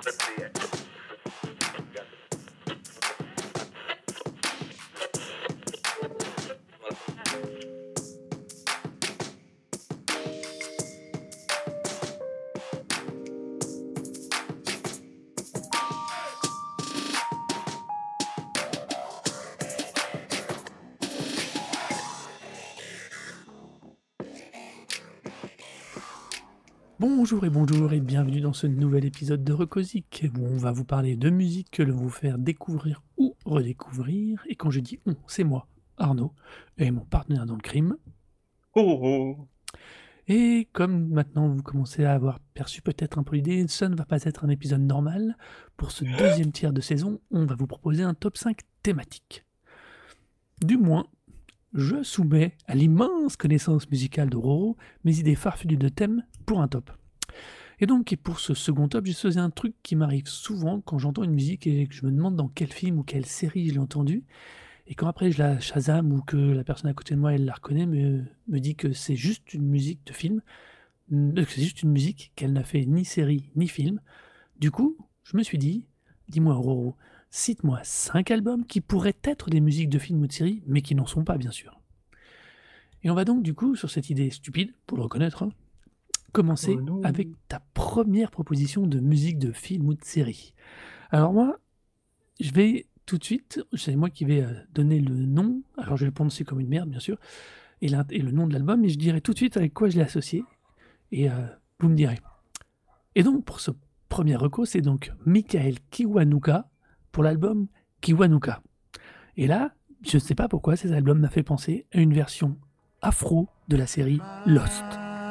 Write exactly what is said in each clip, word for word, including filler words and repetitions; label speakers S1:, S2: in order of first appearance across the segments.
S1: Bonjour et bonjour et bienvenue dans ce nouvel épisode de Recosic où on va vous parler de musique que l'on vous faire découvrir ou redécouvrir. Et quand je dis on, c'est moi, Arnaud, et mon partenaire dans le crime.
S2: Oh, oh.
S1: Et comme maintenant vous commencez à avoir perçu peut-être un peu l'idée, ça ne va pas être un épisode normal. Pour ce deuxième tiers de saison, on va vous proposer un top cinq thématique. Du moins, je soumets à l'immense connaissance musicale de Roro mes idées farfelues de thèmes pour un top. Et donc, et pour ce second top, j'ai choisi un truc qui m'arrive souvent quand j'entends une musique et que je me demande dans quel film ou quelle série je l'ai entendue. Et quand après je la Shazam ou que la personne à côté de moi, elle la reconnaît, me, me dit que c'est juste une musique de film, que c'est juste une musique qu'elle n'a fait ni série ni film. Du coup, je me suis dit, dis-moi Roro, cite-moi cinq albums qui pourraient être des musiques de films ou de séries, mais qui n'en sont pas bien sûr. Et on va donc du coup, sur cette idée stupide, pour le reconnaître, hein, commencer
S2: Oh
S1: avec ta première proposition de musique de film ou de série. Alors moi, je vais tout de suite, c'est moi qui vais euh, donner le nom, alors je vais le prononcer comme une merde bien sûr, et, et le nom de l'album, et je dirai tout de suite avec quoi je l'ai associé, et euh, vous me direz. Et donc pour ce premier recours, c'est donc Michael Kiwanuka pour l'album Kiwanuka. Et là, je ne sais pas pourquoi, cet album m'a fait penser à une version afro de la série Lost.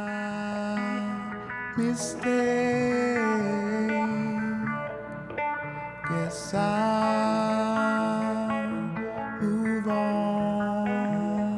S1: Mistake. Guess I'll move on.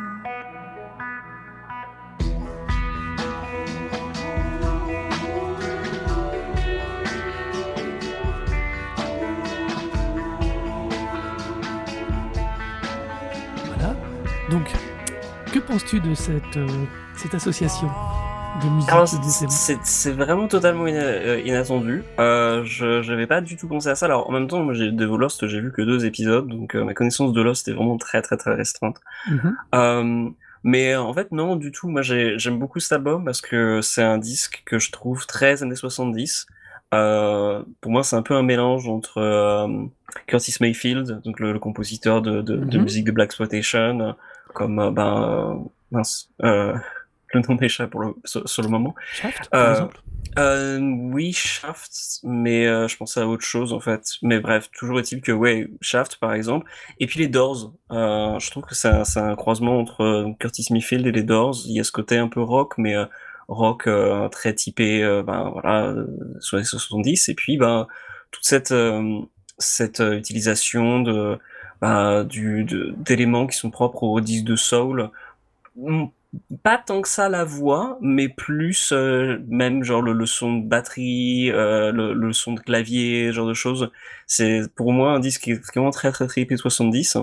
S1: Voilà. Donc, que penses-tu de cette, euh, cette association de musique?
S2: Alors,
S1: et de thèmes
S2: c'est, c'est vraiment totalement ina- euh, inattendu. Euh, je j'avais pas du tout pensé à ça. Alors, en même temps, moi, j'ai de Lost, j'ai vu que deux épisodes, donc euh, ma connaissance de Lost est vraiment très très très restreinte.
S1: Mhm.
S2: Euh, mais en fait, non, du tout. Moi, j'ai, j'aime beaucoup cet album parce que c'est un disque que je trouve très années soixante-dix. Euh, pour moi, c'est un peu un mélange entre euh, Curtis Mayfield, donc le, le compositeur de, de, de
S1: Mhm.
S2: musique de Blaxploitation, comme euh, ben euh, mince, euh, le nom m'échappe pour le sur, sur le moment.
S1: Shaft, par
S2: Euh,
S1: exemple.
S2: euh, oui, Shaft, mais euh, je pensais à autre chose en fait. Mais bref, toujours est-il que ouais, Shaft par exemple. Et puis les Doors, euh, je trouve que c'est un, c'est un croisement entre euh, Curtis Mayfield et les Doors. Il y a ce côté un peu rock, mais euh, rock euh, très typé, euh, ben voilà, euh, sur les soixante-dix. Et puis ben toute cette euh, cette euh, utilisation de ben, du de- d'éléments qui sont propres aux disques de soul. Mm, pas tant que ça la voix, mais plus euh, même genre le, le son de batterie, euh, le, le son de clavier, genre de choses. C'est pour moi un disque qui est vraiment très très très épais soixante-dix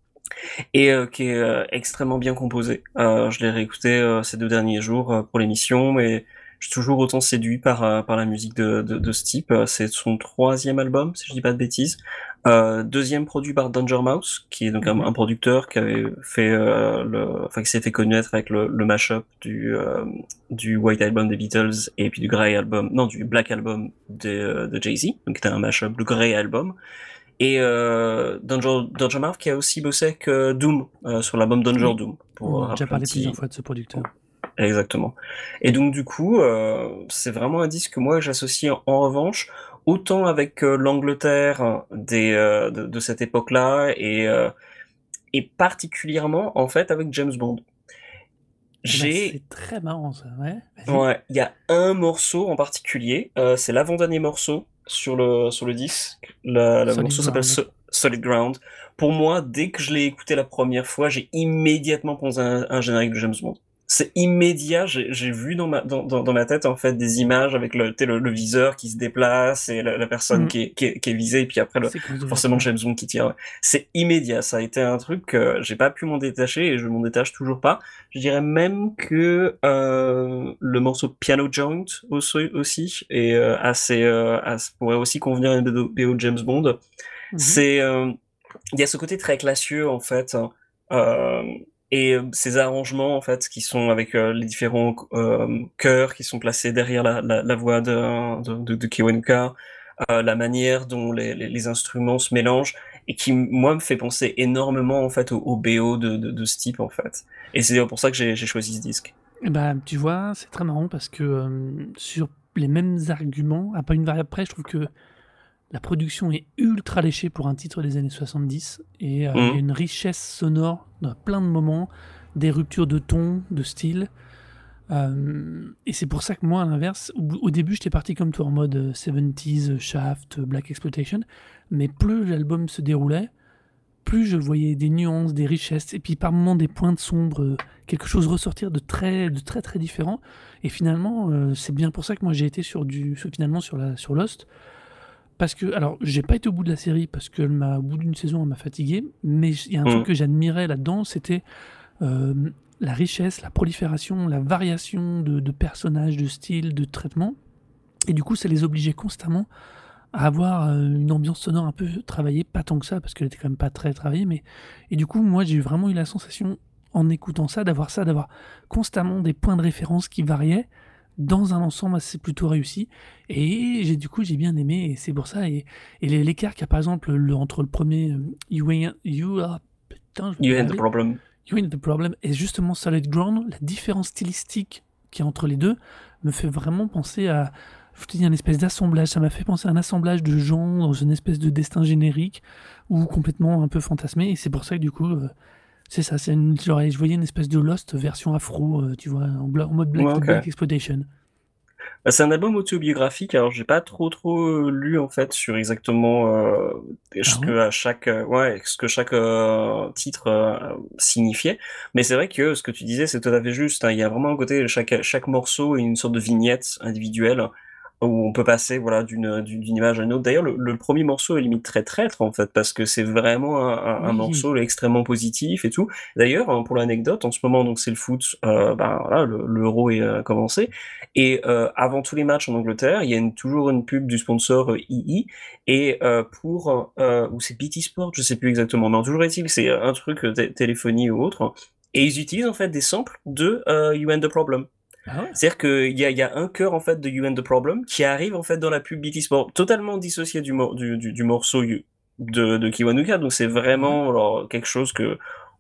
S2: et euh, qui est euh, extrêmement bien composé. Euh, je l'ai réécouté euh, ces deux derniers jours euh, pour l'émission, mais je suis toujours autant séduit par euh, par la musique de, de, de ce type. Euh, C'est son troisième album, si je dis pas de bêtises. Euh, deuxième produit par Danger Mouse, qui est donc un,
S1: Mhm.
S2: un producteur qui avait fait euh, le, enfin qui s'est fait connaître avec le, le mashup du euh, du White Album des Beatles et puis du Grey Album, non du Black Album de, euh, de Jay-Z, donc c'était un mashup du Grey Album. Et euh, Danger, Danger Mouse qui a aussi bossé avec euh, Doom euh, sur l'album Danger
S1: Oui,
S2: Doom,
S1: on
S2: pour
S1: m'a déjà
S2: rappeler un
S1: parlé plusieurs
S2: petit.
S1: fois de ce producteur.
S2: Exactement. Et donc du coup, euh, c'est vraiment un disque que moi j'associe en, en revanche autant avec euh, l'Angleterre des euh, de, de cette époque-là et euh, et particulièrement en fait avec James Bond.
S1: Eh ben,
S2: J'ai
S1: c'est très marrant ça, ouais, vas-y.
S2: ouais, il y a un morceau en particulier, euh, c'est l'avant-dernier morceau sur le sur le disque. Le, le
S1: Solid
S2: morceau s'appelle
S1: Ground.
S2: So- Solid Ground. Pour moi, dès que je l'ai écouté la première fois, j'ai immédiatement pensé à un, un générique de James Bond. c'est immédiat. J'ai, j'ai vu dans ma, dans, dans, dans ma tête, en fait, des images avec le, tu sais, le, le viseur qui se déplace et la, la personne
S1: Mm.
S2: qui est, qui est, qui est visée, et puis après, le,
S1: Séquence
S2: forcément,
S1: d'ouverture.
S2: James Bond qui tire. C'est immédiat. Ça a été un truc que j'ai pas pu m'en détacher et je m'en détache toujours pas. Je dirais même que, euh, le morceau Piano Joint aussi, aussi est euh, assez, euh, assez, pourrait aussi convenir à une B O James Bond.
S1: Mhm.
S2: C'est, euh, il y a ce côté très classieux, en fait, hein, euh, et euh, ces arrangements, en fait, qui sont avec euh, les différents euh, chœurs qui sont placés derrière la, la, la voix de, de, de, de Kiwanuka, euh, la manière dont les, les, les instruments se mélangent, et qui, moi, me fait penser énormément, en fait, au, au B O de, de, de ce type, en fait. Et c'est pour ça que j'ai, j'ai choisi ce disque.
S1: Et bah, tu vois, c'est très marrant parce que euh, sur les mêmes arguments, à pas une variable près, je trouve que la production est ultra léchée pour un titre des années soixante-dix et euh, il y a
S2: Mhm.
S1: une richesse sonore dans plein de moments, des ruptures de ton, de style. Euh, et c'est pour ça que moi, à l'inverse, au, au début, j'étais parti comme toi en mode euh, soixante-dix, euh, Shaft, euh, Black Exploitation, mais plus l'album se déroulait, plus je voyais des nuances, des richesses, et puis par moments des pointes sombres, euh, quelque chose ressortir de très, de très très différent. Et finalement, euh, c'est bien pour ça que moi j'ai été sur du, sur- finalement sur la, sur Lost, parce que, alors, j'ai pas été au bout de la série parce que m'a, au bout d'une saison, elle m'a fatigué, mais il y a un truc
S2: Mhm.
S1: que j'admirais là-dedans, c'était euh, la richesse, la prolifération, la variation de, de personnages, de styles, de traitements. Et du coup, ça les obligeait constamment à avoir euh, une ambiance sonore un peu travaillée, pas tant que ça, parce qu'elle était quand même pas très travaillée, mais... Et du coup, moi, j'ai vraiment eu la sensation, en écoutant ça, d'avoir ça, d'avoir constamment des points de référence qui variaient, dans un ensemble assez plutôt réussi. Et j'ai du coup, j'ai bien aimé, et c'est pour ça. Et, et les- l'écart qu'il y a, par exemple, le, entre le premier... euh, You Ain't... You... Ah, putain, je vais pas
S2: You
S1: y
S2: had the
S1: arriver.
S2: problem.
S1: You Ain't the Problem, et justement Solid Ground, la différence stylistique qu'il y a entre les deux, me fait vraiment penser à je te dis, un espèce d'assemblage. Ça m'a fait penser à un assemblage de gens dans une espèce de destin générique ou complètement un peu fantasmé. Et c'est pour ça que du coup, euh, c'est ça. C'est une, genre, je voyais une espèce de Lost version afro, euh, tu vois, en, bla- en mode
S2: Ouais,
S1: Black, Black
S2: ok.
S1: Exploitation.
S2: Bah, c'est un album autobiographique, alors j'ai pas trop trop euh, lu en fait sur exactement euh,
S1: Ah
S2: ce
S1: ouais?
S2: que à chaque euh, ouais ce que chaque euh, titre euh, signifiait, mais c'est vrai que ce que tu disais c'est tout à fait juste, hein. Il y a vraiment un côté chaque chaque morceau est une sorte de vignette individuelle où on peut passer voilà d'une d'une d'une image à une autre. D'ailleurs le, le premier morceau est limite très traître en fait parce que c'est vraiment un, un, un
S1: Oui.
S2: morceau extrêmement positif et tout. D'ailleurs hein, pour l'anecdote en ce moment donc c'est le foot, euh, ben voilà le- l'Euro est euh, commencé. Et euh, avant tous les matchs en Angleterre, il y a une, toujours une pub du sponsor euh, I I. Et euh, pour euh, ou c'est B T Sport, je sais plus exactement, mais en toujours est-il que c'est un truc euh, té- téléphonie ou autre. Et ils utilisent en fait des samples de euh, You and the Problem.
S1: Ah ouais?
S2: C'est-à-dire qu'il y a, il y a un chœur en fait de You and the Problem qui arrive en fait dans la pub B T Sport, totalement dissocié du, mor- du, du, du morceau You- de, de Kiwanuka. Donc c'est
S1: Ouais.
S2: vraiment alors, quelque chose que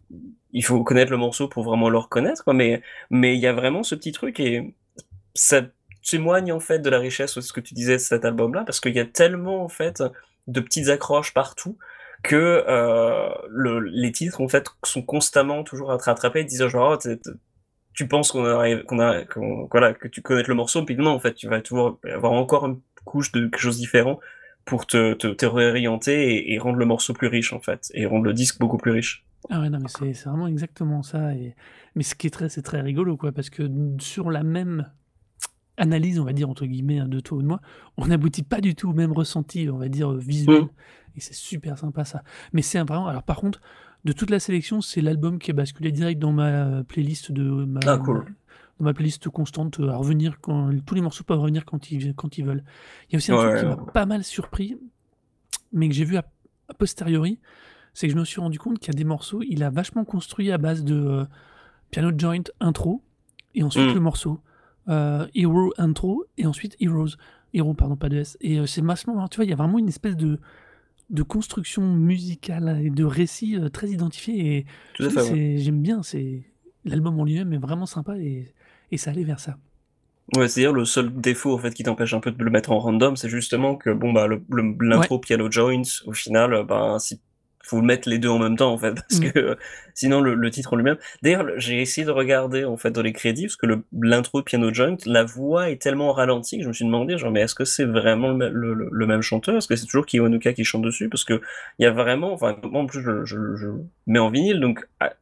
S2: il faut connaître le morceau pour vraiment le reconnaître, quoi. Mais mais il y a vraiment ce petit truc et ça témoigne en fait de la richesse de ce que tu disais de cet album-là, parce qu'il y a tellement en fait de petites accroches partout que euh, le, les titres en fait sont constamment toujours à te rattraper et te disant genre oh, t'es- t'es- tu penses qu'on arrive qu'on a qu'on- voilà que tu connais le morceau puis non en fait tu vas toujours avoir encore une couche de quelque chose de différent pour te, te, te réorienter et, et rendre le morceau plus riche en fait et rendre le disque beaucoup plus riche.
S1: Ah ouais, non, mais c'est c'est vraiment exactement ça. Et... Mais ce qui est très, c'est très rigolo, quoi, parce que sur la même analyse, on va dire, entre guillemets, hein, de toi ou de moi, on n'aboutit pas du tout au même ressenti, on va dire, euh,
S2: Hmm.
S1: visuel. Et c'est super sympa ça. Mais c'est un- vraiment. Alors par contre, de toute la sélection, c'est l'album qui a basculé direct dans ma euh, playlist de ma,
S2: Ah
S1: ma-
S2: cool.
S1: dans ma playlist constante euh, à revenir quand tous les morceaux peuvent revenir quand ils, quand ils veulent. Il y a aussi un truc qui
S2: Ouais.
S1: m'a pas mal surpris, mais que j'ai vu a, a posteriori, c'est que je me suis rendu compte qu'il y a des morceaux, il a vachement construit à base de euh, piano joint intro, et ensuite
S2: Hmm.
S1: le morceau. Euh, Hero intro, et ensuite Heroes. Hero, pardon, pas de S. Et euh, c'est massivement marrant, tu vois, il y a vraiment une espèce de, de construction musicale et de récit euh, très identifié. Et
S2: Tout
S1: je
S2: à
S1: sais,
S2: fait, ouais.
S1: c'est, j'aime bien, c'est, l'album en lui-même est vraiment sympa, et, et ça allait vers ça.
S2: Ouais, c'est-à-dire le seul défaut en fait qui t'empêche un peu de le mettre en random, c'est justement que bon bah le, le-
S1: Ouais.
S2: l'intro piano joint au final euh, ben si faut le mettre les deux en même temps en fait parce
S1: Mm.
S2: que euh, sinon le, le titre en lui-même. D'ailleurs, le- j'ai essayé de regarder en fait dans les crédits parce que le l'intro de piano joint, la voix est tellement ralentie que je me suis demandé genre mais est-ce que c'est vraiment le, me- le, le- le même chanteur? Est-ce que c'est toujours Kiwanuka qui chante dessus? Parce que il y a vraiment enfin moi en plus je, je, je mets en vinyle donc ah,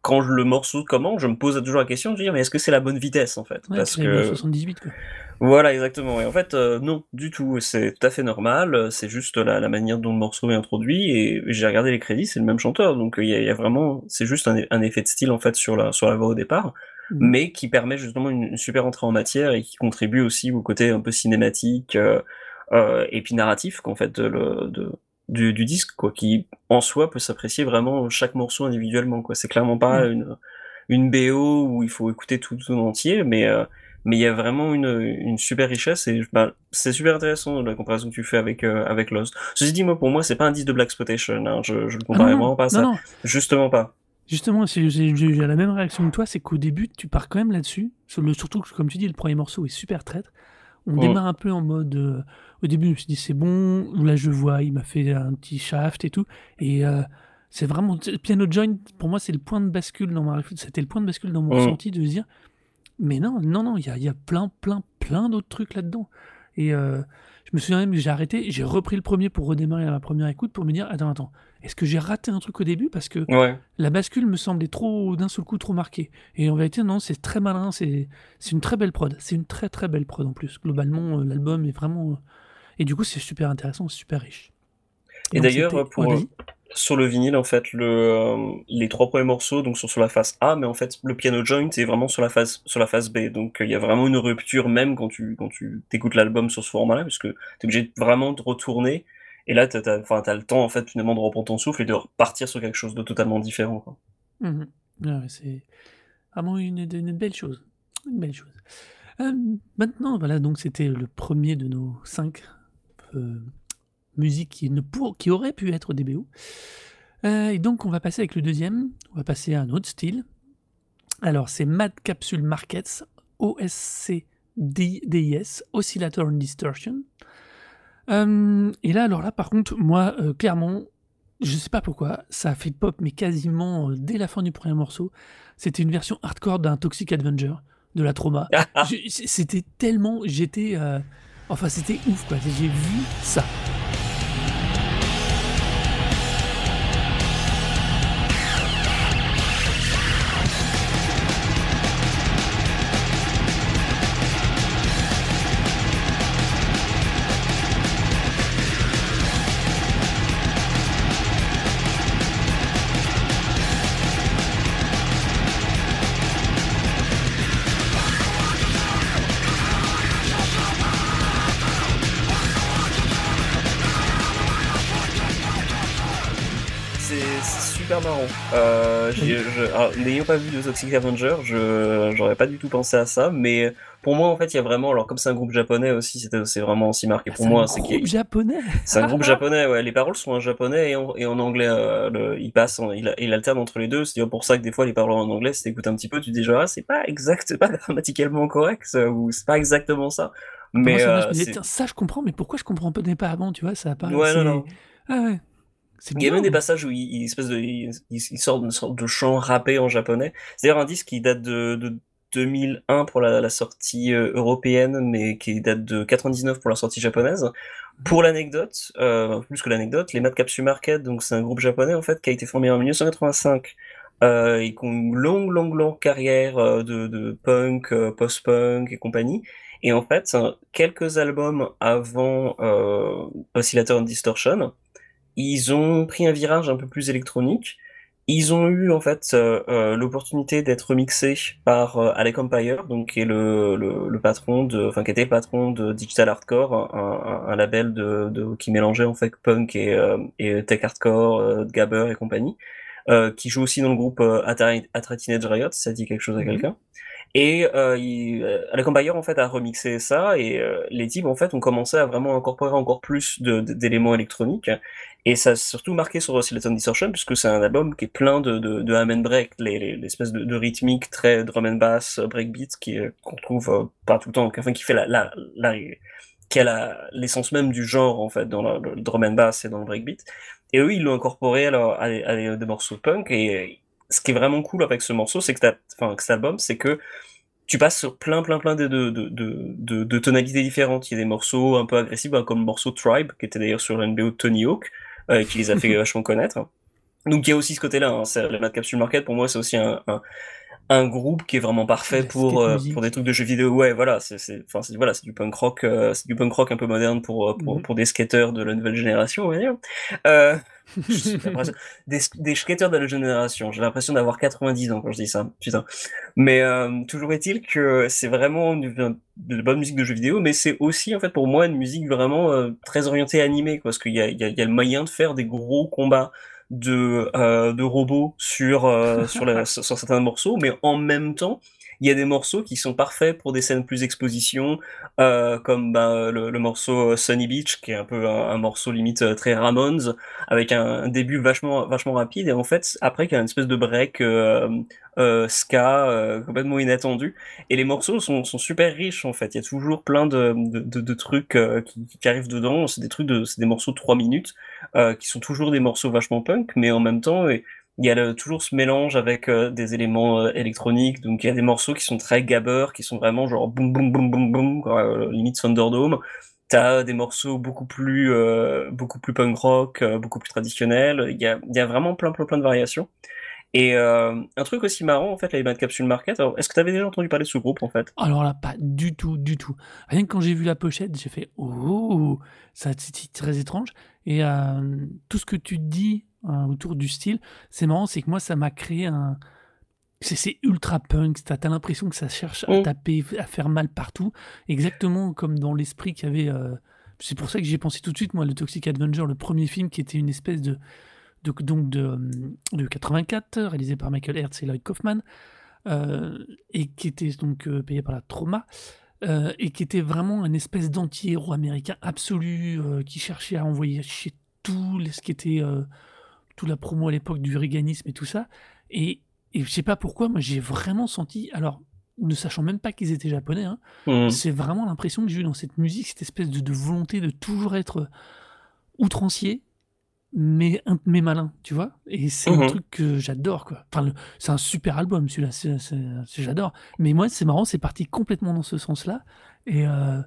S2: quand le morceau commence, je me pose toujours la question de dire mais est-ce que c'est la bonne vitesse en fait?
S1: Ouais,
S2: Parce
S1: tu l'avais mis à
S2: que
S1: soixante-dix-huit quoi.
S2: voilà, exactement. Et en fait, euh, non, du tout. C'est tout à fait normal. euh, C'est juste la, la manière dont le morceau est introduit. Et j'ai regardé les crédits, c'est le même chanteur. Donc il y a, il y a vraiment, c'est juste un, un effet de style en fait sur la sur la voix au départ,
S1: Mhm.
S2: mais qui permet justement une, une super entrée en matière et qui contribue aussi au côté un peu cinématique euh, euh, et puis narratif qu'en fait de, le- de du, du disque quoi, qui en soi peut s'apprécier vraiment chaque morceau individuellement quoi. C'est clairement pas
S1: Mhm.
S2: une une B O où il faut écouter tout, tout en entier, mais euh, mais il y a vraiment une, une super richesse et bah, c'est super intéressant la comparaison que tu fais avec euh, avec Lost. Ceci dit, moi pour moi c'est pas un disque de Blaxploitation, hein, je je le
S1: Ah non,
S2: comparais
S1: non,
S2: vraiment pas à
S1: non,
S2: ça,
S1: non.
S2: justement pas.
S1: Justement, c'est- j'ai j'ai- j'ai la même réaction que toi, c'est qu'au début, tu pars quand même là-dessus. Sur le- Surtout que, comme tu dis, le premier morceau est super traître. On
S2: Mm.
S1: démarre un peu en mode. Euh, au début, je me suis dit, c'est bon. Là, je vois, il m'a fait un petit shaft et tout. Et euh, c'est vraiment. le Piano Joint, pour moi, c'est le point de bascule dans ma réflexion. C'était le point de bascule dans mon
S2: Mm.
S1: ressenti de se dire, mais non, non, non, il y a, il y a plein, plein, plein d'autres trucs là-dedans. Et euh, je me souviens même que j'ai arrêté, j'ai repris le premier pour redémarrer à ma première écoute pour me dire, attends, attends, est-ce que j'ai raté un truc au début parce que
S2: Ouais.
S1: la bascule me semblait trop, d'un seul coup, trop marquée. Et en vérité, non, c'est très malin, c'est c'est une très belle prod. C'est une très très belle prod en plus. Globalement, euh, l'album est vraiment. euh, Et du coup, c'est super intéressant, c'est super riche.
S2: Et
S1: Donc
S2: d'ailleurs,
S1: c'était. Ouais,
S2: pour
S1: vas-y.
S2: sur le vinyle, en fait, le, euh, les trois premiers morceaux donc sont sur la face A, mais en fait, le piano joint est vraiment sur la face sur la face B. Donc, il y a vraiment une rupture même quand tu quand tu écoutes l'album sur ce format-là, puisque t'es obligé de vraiment de retourner. Et là, t'as, t'as, enfin, t'as le temps en fait finalement de reprendre ton souffle et de repartir sur quelque chose de totalement différent, quoi.
S1: Mhm. Ouais, ouais, c'est vraiment une, une belle chose. Une belle chose. Euh, Maintenant, voilà, donc c'était le premier de nos cinq euh, musiques qui, ne pour, qui auraient pu être des B O. Euh, et donc, on va passer avec le deuxième. On va passer à un autre style. Alors, c'est Mad Capsule Markets, O S C D I S, Oscillator and Distortion. Euh, et là, alors là, par contre, moi, euh, clairement, je sais pas pourquoi, ça a fait pop, mais quasiment euh, dès la fin du premier morceau. C'était une version hardcore d'un Toxic Avenger, de la Trauma. Je- C'était tellement, j'étais, euh, enfin, c'était ouf, quoi. J'ai vu ça.
S2: C'est c'est super marrant. Euh, j'ai-
S1: Oui.
S2: je- alors, n'ayant pas vu de Toxic Avenger, je j'aurais pas du tout pensé à ça, mais pour moi en fait il y a vraiment, alors comme c'est un groupe japonais aussi, c'était c'est vraiment aussi marqué
S1: Ah,
S2: pour
S1: c'est un
S2: moi, c'est qu'il y
S1: groupe
S2: a-
S1: japonais.
S2: c'est un groupe japonais, ouais. Les paroles sont en japonais et en, et en anglais. Euh, le- il passe, en- il, il alterne entre les deux. C'est d'ailleurs pour ça que des fois les paroles en anglais, si t'écoutes un petit peu, tu te dis genre ah, c'est pas exact, c'est pas grammaticalement correct ça, ou c'est pas exactement ça.
S1: Pendant
S2: Mais
S1: ce temps-là, je
S2: euh,
S1: me disais,
S2: c'est
S1: tiens, ça je comprends, mais pourquoi je comprends pas pas avant, tu vois, ça a pas,
S2: ouais non
S1: c'est,
S2: non.
S1: ah ouais, c'est
S2: Il y a
S1: bien.
S2: même des passages où il, il, espèce de, il, il- il sort d'une sorte de chant rappé en japonais. C'est d'ailleurs un disque qui date de, de deux mille un pour la, la sortie euh, européenne, mais qui date de quatre-vingt-dix-neuf pour la sortie japonaise.
S1: Mhm.
S2: Pour l'anecdote, euh, plus que l'anecdote, les Mad Capsule Market, donc c'est un groupe japonais en fait qui a été formé en mille neuf cent quatre-vingt-cinq euh, et qui ont une longue, longue, longue carrière euh, de, de punk, euh, post-punk et compagnie. Et en fait, hein, quelques albums avant euh, Oscillator and Distortion, ils ont pris un virage un peu plus électronique. Ils ont eu en fait euh, euh, l'opportunité d'être remixés par euh, Alec Empire, donc qui est le, le, le patron de, enfin qui était le patron de Digital Hardcore, un, un, un label de, de qui mélangeait en fait punk et, euh, et tech hardcore, euh, Gabber et compagnie, euh, qui joue aussi dans le groupe euh, Atari, Atari Teenage Riot, si ça dit quelque chose à
S1: Mhm.
S2: quelqu'un. Et euh, il, euh, Alec Empire en fait a remixé ça et euh, les types en fait ont commencé à vraiment incorporer encore plus de- de- d'éléments électroniques et ça a surtout marqué sur Oscillator Distortion puisque c'est un album qui est plein de, de, de ham and break, les, les, l'espèce de, de rythmique très drum and bass, euh, breakbeat qui est- qu'on trouve euh, pas tout le temps, enfin qui fait la, la, la qui a la- l'essence même du genre en fait dans la- le drum and bass et dans le breakbeat. Et eux ils l'ont incorporé alors à, des- à des des morceaux de punk et ce qui est vraiment cool avec ce morceau, c'est que t'as, enfin, que cet album, c'est que tu passes sur plein, plein, plein de, de, de, de, de- de tonalités différentes. Il y a des morceaux un peu agressifs, bah, comme le morceau Tribe, qui était d'ailleurs sur une B O de Tony Hawk, euh, qui les a fait vachement connaître. Donc il y a aussi ce côté-là, hein, c'est, les Mad Capsule Market pour moi c'est aussi un, un, un groupe qui est vraiment parfait
S1: La
S2: pour
S1: skate
S2: euh, pour des
S1: music.
S2: trucs de jeux vidéo. Ouais, voilà, c'est c'est enfin c'est voilà, c'est du punk rock, euh, c'est du punk rock un peu moderne pour euh, pour
S1: Mhm.
S2: pour des skateurs de la nouvelle génération, on va dire. Euh, j'ai l'impression des des skateurs de la génération. J'ai l'impression d'avoir quatre-vingt-dix ans quand je dis ça. Putain. Mais euh, toujours est-il que c'est vraiment du- de la bonne musique de jeux vidéo, mais c'est aussi en fait pour moi une musique vraiment euh, très orientée animée, quoi, parce qu'il y a, il y, a, il y a le moyen de faire des gros combats de, euh, de robots sur, euh, sur, la, sur certains morceaux, mais en même temps, il y a des morceaux qui sont parfaits pour des scènes plus exposition, euh, comme bah, le, le morceau Sunny Beach, qui est un peu un, un morceau limite euh, très Ramones, avec un, un début vachement, vachement rapide, et en fait, après, qu'il y a une espèce de break euh, euh, ska euh, complètement inattendu. Et les morceaux sont, sont super riches en fait. Il y a toujours plein de, de, de, de trucs euh, qui, qui arrivent dedans. C'est des trucs de, c'est des morceaux de trois minutes euh, qui sont toujours des morceaux vachement punk, mais en même temps, et, il y a le- toujours ce mélange avec euh, des éléments euh, électroniques. Donc il y a des morceaux qui sont très gabber, qui sont vraiment genre boum boum boum boum boum, quoi, euh, limite Thunderdome. T'as des morceaux beaucoup plus euh, beaucoup plus punk rock, euh, beaucoup plus traditionnels. Il y a, il y a vraiment plein plein plein de variations. Et euh, un truc aussi marrant, en fait, les Mad Capsule Market, alors, est-ce que tu avais déjà entendu parler de ce groupe, en fait?
S1: Alors là, pas du tout, du tout. Rien que quand j'ai vu la pochette, j'ai fait oh, ça c'est très étrange. Et euh, tout ce que tu dis euh, autour du style, c'est marrant, c'est que moi ça m'a créé un. C'est c'est ultra punk. T'as as, l'impression que ça cherche à
S2: Mm.
S1: taper, à faire mal partout, exactement comme dans l'esprit qu'il y avait. euh, C'est pour ça que j'ai pensé tout de suite, moi, le Toxic Avenger, le premier film qui était une espèce de, de donc de, euh, de quatre-vingt-quatre, réalisé par Michael Hertz et Lloyd Kaufman, euh, et qui était donc euh, payé par la Trauma, euh, et qui était vraiment une espèce d'anti-héros américain absolu, euh, qui cherchait à envoyer chez tout les- ce qui était euh, toute la promo à l'époque du véganisme et tout ça. Et, et je sais pas pourquoi, moi j'ai vraiment senti, alors ne sachant même pas qu'ils étaient japonais, hein,
S2: Mm.
S1: c'est vraiment l'impression que j'ai eu dans cette musique, cette espèce de, de volonté de toujours être outrancier, mais, un- mais malin, tu vois. Et c'est un
S2: Mhm.
S1: truc que j'adore, quoi. Enfin, le- c'est un super album, celui-là, c'est- c'est- c'est- j'adore. Mais moi, c'est marrant, c'est parti complètement dans ce sens-là. Et, euh,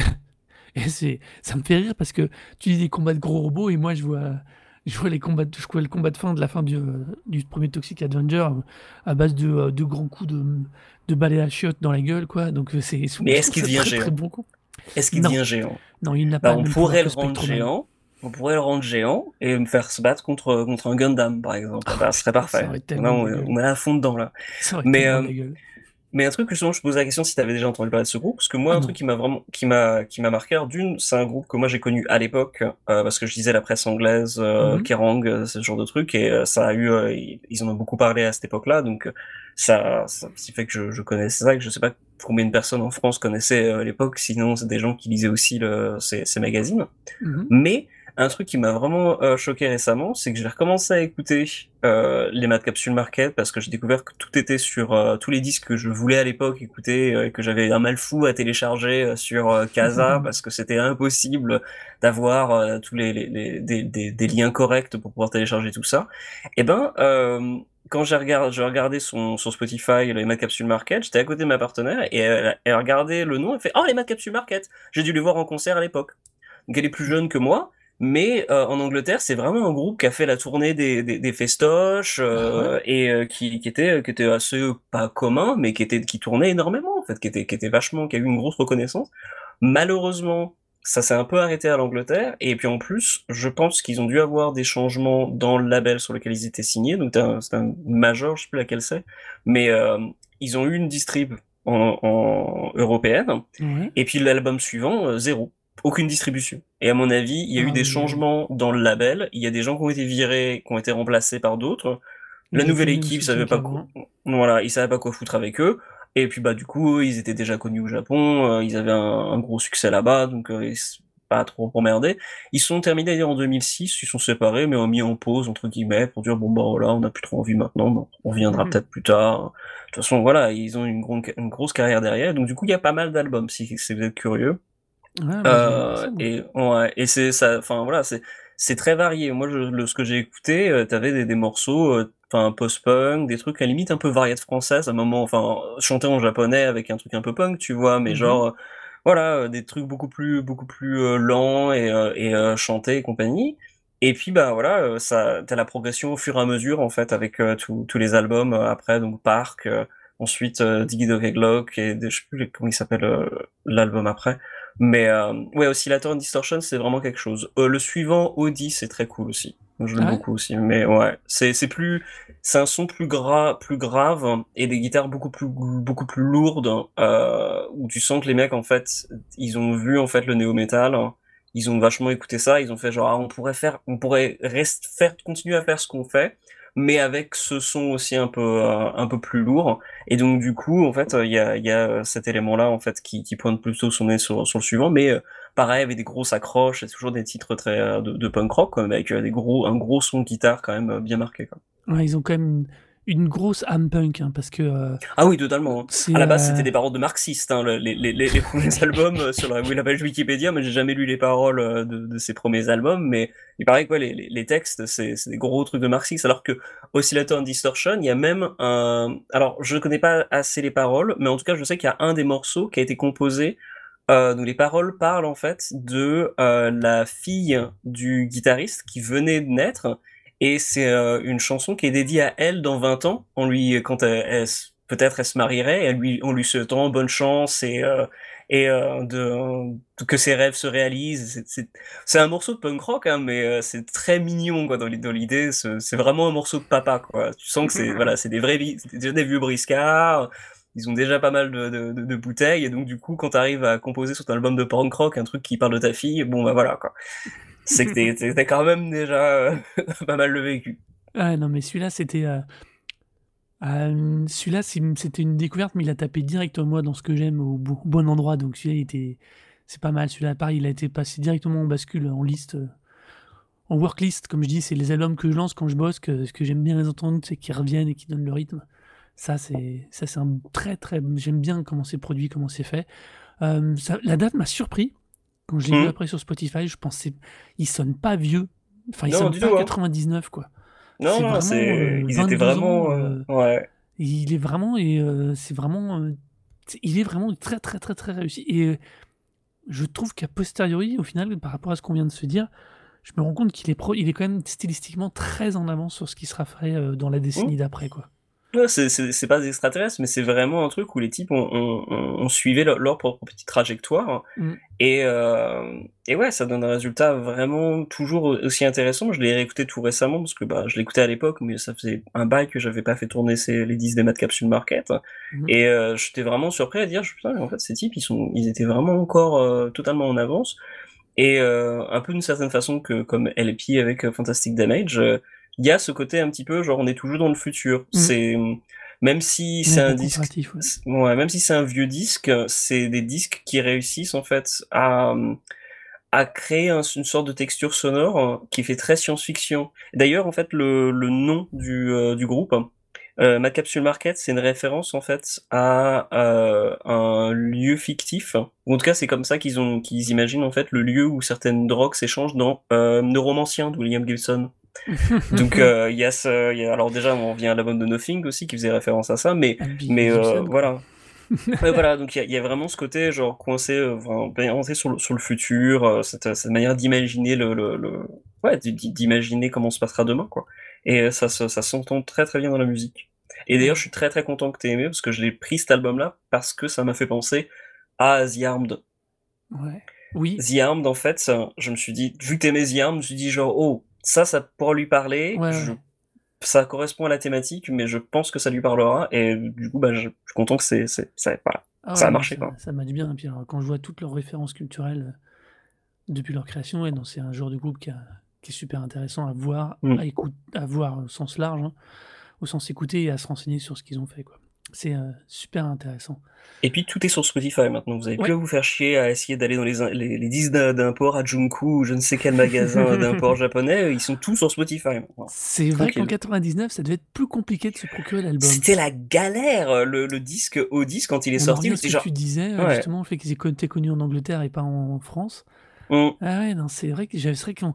S1: et c'est, ça me fait rire parce que tu dis des combats de gros robots, et moi, je vois, je vois, les combats de, je vois le combat de fin de la fin du, euh, du premier Toxic Avenger euh, à base de, euh, de grands coups de, de balai à chiottes dans la gueule, quoi. Donc, euh, c'est,
S2: Mais
S1: je
S2: est-ce
S1: trouve
S2: qu'il
S1: ça
S2: devient
S1: très, très
S2: géant?
S1: bon coup.
S2: Est-ce qu'il
S1: Non,
S2: devient géant?
S1: non, il n'a
S2: Bah,
S1: pas le
S2: on
S1: même pouvoir
S2: pourrait
S1: que
S2: le rendre
S1: Spectroman.
S2: géant, on pourrait le rendre géant et me faire se battre contre, contre un Gundam, par exemple. Ah
S1: Oh
S2: bah, ce serait
S1: putain, ça
S2: parfait.
S1: aurait
S2: Là,
S1: tellement de
S2: on,
S1: la
S2: est-
S1: gueule.
S2: on est à fond dedans, là.
S1: Ça aurait
S2: Mais,
S1: tellement de
S2: euh,
S1: la gueule.
S2: Mais un truc que souvent je pose la question si t'avais déjà entendu parler de ce groupe, parce que moi
S1: Ah
S2: un truc
S1: non.
S2: qui m'a vraiment qui m'a qui m'a marqué, alors d'une c'est un groupe que moi j'ai connu à l'époque euh, parce que je lisais la presse anglaise, euh,
S1: Mhm.
S2: Kerrang, euh, ce genre de trucs et euh, ça a eu euh, ils ils en ont beaucoup parlé à cette époque-là donc euh, ça ça, ça fait que je, je connaissais ça et que je sais pas combien de personnes en France connaissaient euh, à l'époque, sinon c'est des gens qui lisaient aussi le, ces, ces magazines.
S1: Mhm.
S2: Mais un truc qui m'a vraiment euh, choqué récemment, c'est que j'ai recommencé à écouter euh, les Mad Capsule Market parce que j'ai découvert que tout était sur euh, tous les disques que je voulais à l'époque écouter euh, et que j'avais un mal fou à télécharger euh, sur euh, Casa parce que c'était impossible d'avoir euh, tous les, les, les- des, des, des liens corrects pour pouvoir télécharger tout ça. Et ben euh, quand j'ai regardé, j'ai regardé son, son Spotify, les Mad Capsule Market, j'étais à côté de ma partenaire et elle, elle a regardé le nom et fait «Oh, les Mad Capsule Market!» J'ai dû les voir en concert à l'époque. Donc elle est plus jeune que moi, mais euh, en Angleterre, c'est vraiment un groupe qui a fait la tournée des, des, des festoches
S1: Ah ouais?
S2: euh, et euh, qui, qui était qui était assez euh, pas commun, mais qui était qui tournait énormément en fait, qui était qui était vachement, qui a eu une grosse reconnaissance. Malheureusement, ça s'est un peu arrêté à l'Angleterre et puis en plus, je pense qu'ils ont dû avoir des changements dans le label sur lequel ils étaient signés. Donc c'est un, c'est un major, je sais plus laquelle c'est, mais euh, ils ont eu une distrib en, en européenne
S1: Ouais.
S2: et puis l'album suivant, euh, zéro. Aucune distribution. Et à mon avis, il y a eu
S1: Ah
S2: des
S1: oui, oui.
S2: changements dans le label. Il y a des gens qui ont été virés, qui ont été remplacés par d'autres. La
S1: Ils ont plus
S2: nouvelle
S1: le même
S2: équipe
S1: soutien
S2: savait pas quoi,
S1: qu'avant.
S2: voilà, ils savaient pas quoi foutre avec eux. Et puis bah du coup, ils étaient déjà connus au Japon, euh, ils avaient un, un gros succès là-bas, donc euh, ils s- pas trop emmerdés. Ils sont terminés d'ailleurs en deux mille six, ils sont séparés, mais ont mis en pause entre guillemets pour dire bon bah voilà, on n'a plus trop envie maintenant, bon, on viendra
S1: Mhm.
S2: peut-être plus tard. De toute façon voilà, ils ont une, gron- une grosse carrière derrière, donc du coup il y a pas mal d'albums si, si vous êtes curieux.
S1: Ouais, bah je vais voir
S2: Euh,
S1: ça, moi.
S2: et ouais, et c'est ça, enfin voilà, c'est c'est très varié. Moi, je, le, ce que j'ai écouté, euh, t'avais des, des morceaux, euh, enfin post-punk, des trucs à la limite un peu variété française, à un moment, enfin chanté en japonais avec un truc un peu punk, tu vois, mais
S1: Mhm.
S2: genre euh, voilà, euh, des trucs beaucoup plus beaucoup plus euh, lents et euh, et euh, chantés et compagnie. Et puis bah voilà, euh, ça, t'as la progression au fur et à mesure en fait avec euh, tous tous les albums euh, après, donc Park, euh, ensuite euh, Diggy Dog Eglock et des- je sais plus comment il s'appelle euh, l'album après. Mais euh, ouais, Oscillator and Distortion c'est vraiment quelque chose. Euh, le suivant, Audi, c'est très cool aussi. Je l'aime
S1: Ah ouais?
S2: beaucoup aussi. Mais ouais, c'est c'est plus, c'est un son plus gras, plus grave et des guitares beaucoup plus beaucoup plus lourdes euh, où tu sens que les mecs en fait ils ont vu en fait le néo metal, ils ont vachement écouté ça, ils ont fait genre ah, on pourrait faire, on pourrait reste faire continuer à faire ce qu'on fait, mais avec ce son aussi un peu euh, un peu plus lourd. Et donc du coup en fait il y a il y a cet élément là en fait qui qui pointe plutôt son nez sur sur le suivant, mais euh, pareil avec des grosses accroches, c'est toujours des titres très euh, de, de punk rock quoi, mais avec euh, des gros un gros son de guitare quand même euh, bien marqué quoi.
S1: Ouais, ils ont quand même une, une grosse âme punk, hein, parce que euh,
S2: Ah oui, totalement, hein. À
S1: c'est...
S2: la base,
S1: euh,
S2: c'était des paroles de marxistes, hein, le- les, les, les, les premiers albums euh, sur la, oui, la page Wikipédia, mais j'ai jamais lu les paroles euh, de, de ces premiers albums, mais il paraît que ouais, les, les, les textes, c'est, c'est des gros trucs de marxistes, alors que Oscillator and Distortion, il y a même un... Alors, je ne connais pas assez les paroles, mais en tout cas, je sais qu'il y a un des morceaux qui a été composé, euh, donc les paroles parlent en fait de euh, la fille du guitariste qui venait de naître, et c'est euh, une chanson qui est dédiée à elle dans vingt ans, on lui, quand elle, elle s- peut-être elle se marierait, elle lui, on lui souhaitant bonne chance et, euh, et euh, de, de- que ses rêves se réalisent. C'est, c'est, c'est un morceau de punk rock, hein, mais euh, c'est très mignon quoi, dans l'i- dans l'idée. C'est, c'est vraiment un morceau de papa, quoi. Tu sens que c'est voilà, c'est des vrais, vi- c'est déjà des vieux briscards. Ils ont déjà pas mal de, de, de- de bouteilles, et donc du coup, quand t'arrives à composer sur ton album de punk rock un truc qui parle de ta fille, bon bah voilà quoi. C'est que t'es, t'es- t'as quand même déjà euh, pas mal le vécu.
S1: Ah non, mais celui-là, c'était... euh, euh, celui-là, c'est- c'était une découverte, mais il a tapé direct moi dans ce que j'aime au, bo- au bon endroit. Donc celui-là, il était... C'est pas mal. Celui-là, pareil, il a été passé directement en bascule, en liste, euh, en worklist. Comme je dis, c'est les albums que je lance quand je bosse, que, ce que j'aime bien les entendre, c'est qu'ils reviennent et qu'ils donnent le rythme. Ça, c'est ça, c'est un très, très... J'aime bien comment c'est produit, comment c'est fait. Euh, ça- la date m'a surpris. Quand je l'ai vu
S2: Hmm.
S1: après sur Spotify, je pensais... Il sonne pas vieux. Enfin, il
S2: Non,
S1: sonne
S2: du
S1: pas
S2: tout, hein.
S1: quatre-vingt-dix-neuf, quoi.
S2: Non,
S1: C'est
S2: non,
S1: vraiment
S2: c'est,
S1: euh,
S2: ils étaient
S1: vingt-deux ans.
S2: vraiment, euh,
S1: euh,
S2: ouais.
S1: et il est vraiment... Et euh, c'est vraiment... euh, c'est- il est vraiment très, très, très, très réussi. Et euh, je trouve qu'à posteriori, au final, par rapport à ce qu'on vient de se dire, je me rends compte qu'il est, pro... il est quand même stylistiquement très en avance sur ce qui sera fait euh, dans la
S2: Hmm.
S1: décennie d'après, quoi.
S2: Ouais, c'est, c'est, c'est pas des extraterrestres, mais c'est vraiment un truc où les types ont, ont, ont- ont suivi leur, leur propre petite trajectoire.
S1: Mm.
S2: Et, euh, et ouais, ça donne un résultat vraiment toujours aussi intéressant. Je l'ai réécouté tout récemment parce que bah, je l'écoutais à l'époque, mais ça faisait un bail que j'avais pas fait tourner ces, les disques des Mad Capsule Market.
S1: Mhm.
S2: Et euh, j'étais vraiment surpris à dire, putain, en fait, ces types, ils sont, ils étaient vraiment encore euh, totalement en avance. Et euh, un peu d'une certaine façon que comme L P avec euh, Fantastic Damage, euh, il y a ce côté un petit peu genre on est toujours dans le futur.
S1: Mm.
S2: C'est même si c'est
S1: Ouais,
S2: un
S1: pour
S2: disque,
S1: comparatif, ouais.
S2: c'est- ouais, même si c'est un vieux disque, c'est des disques qui réussissent en fait à à créer un- une sorte de texture sonore euh, qui fait très science-fiction. D'ailleurs, en fait, le, le nom du, euh, du groupe, euh, Mad Capsule Market, c'est une référence en fait à euh, un lieu fictif. Ou en tout cas, c'est comme ça qu'ils ont qu'ils imaginent en fait le lieu où certaines drogues s'échangent dans euh, Neuromancien de William Gibson. Donc euh, il y a ce, il y a, alors déjà on revient à l'album de Nothing aussi qui faisait référence à ça, mais
S1: Ah, puis
S2: mais euh,
S1: Gibson, quoi.
S2: voilà. Ouais, voilà, donc il y a, il y a vraiment ce côté genre coincé, euh, enfin, bien rentré sur le, sur le futur, euh, cette, cette manière d'imaginer le, le, le- ouais, d'i- d'i- d'imaginer comment se passera demain, quoi. Et euh, ça, se- ça s'entend très très bien dans la musique. Et d'ailleurs, je
S1: Ouais.
S2: suis très très content que t'aies aimé parce que je l'ai pris cet album-là parce que ça m'a fait penser à The Armed.
S1: Ouais. Oui.
S2: The Armed, en fait, ça- je me suis dit, vu que t'aimais The Armed, je me suis dit genre, oh, ça, ça pourra lui parler,
S1: Ouais,
S2: je,
S1: ouais.
S2: ça correspond à la thématique, mais je pense que ça lui parlera, et du coup, bah, je, je suis content que c'est, c'est, ça, voilà,
S1: Ah
S2: ça
S1: ouais,
S2: a
S1: non,
S2: marché,
S1: ça,
S2: quoi.
S1: ça m'a du bien. Et puis alors, quand je vois toutes leurs références culturelles euh, depuis leur création, ouais, non, c'est un genre de groupe qui, a- qui est super intéressant à voir,
S2: Mm.
S1: à écouter, à voir au sens large, hein, au sens écouter et à se renseigner sur ce qu'ils ont fait, quoi. C'est euh, super intéressant.
S2: Et puis tout est sur Spotify maintenant, vous avez plus
S1: Ouais.
S2: à vous faire chier à essayer d'aller dans les, les, les disques d'un- d'import à Junku ou je ne sais quel magasin d'import japonais, ils sont tous sur Spotify maintenant.
S1: C'est vrai qu'en
S2: Tranquille.
S1: quatre-vingt-dix-neuf, ça devait être plus compliqué de se procurer l'album.
S2: C'était la galère, le, le disque au disque quand il est
S1: On en
S2: sorti,
S1: revient
S2: je
S1: à
S2: me
S1: ce
S2: suis
S1: que
S2: dit genre,
S1: tu disais, euh,
S2: ouais,
S1: justement, le fait qu'ils aient été connus en Angleterre et pas en, en France.
S2: hum,
S1: Ah ouais, non, c'est vrai que c'est vrai qu'on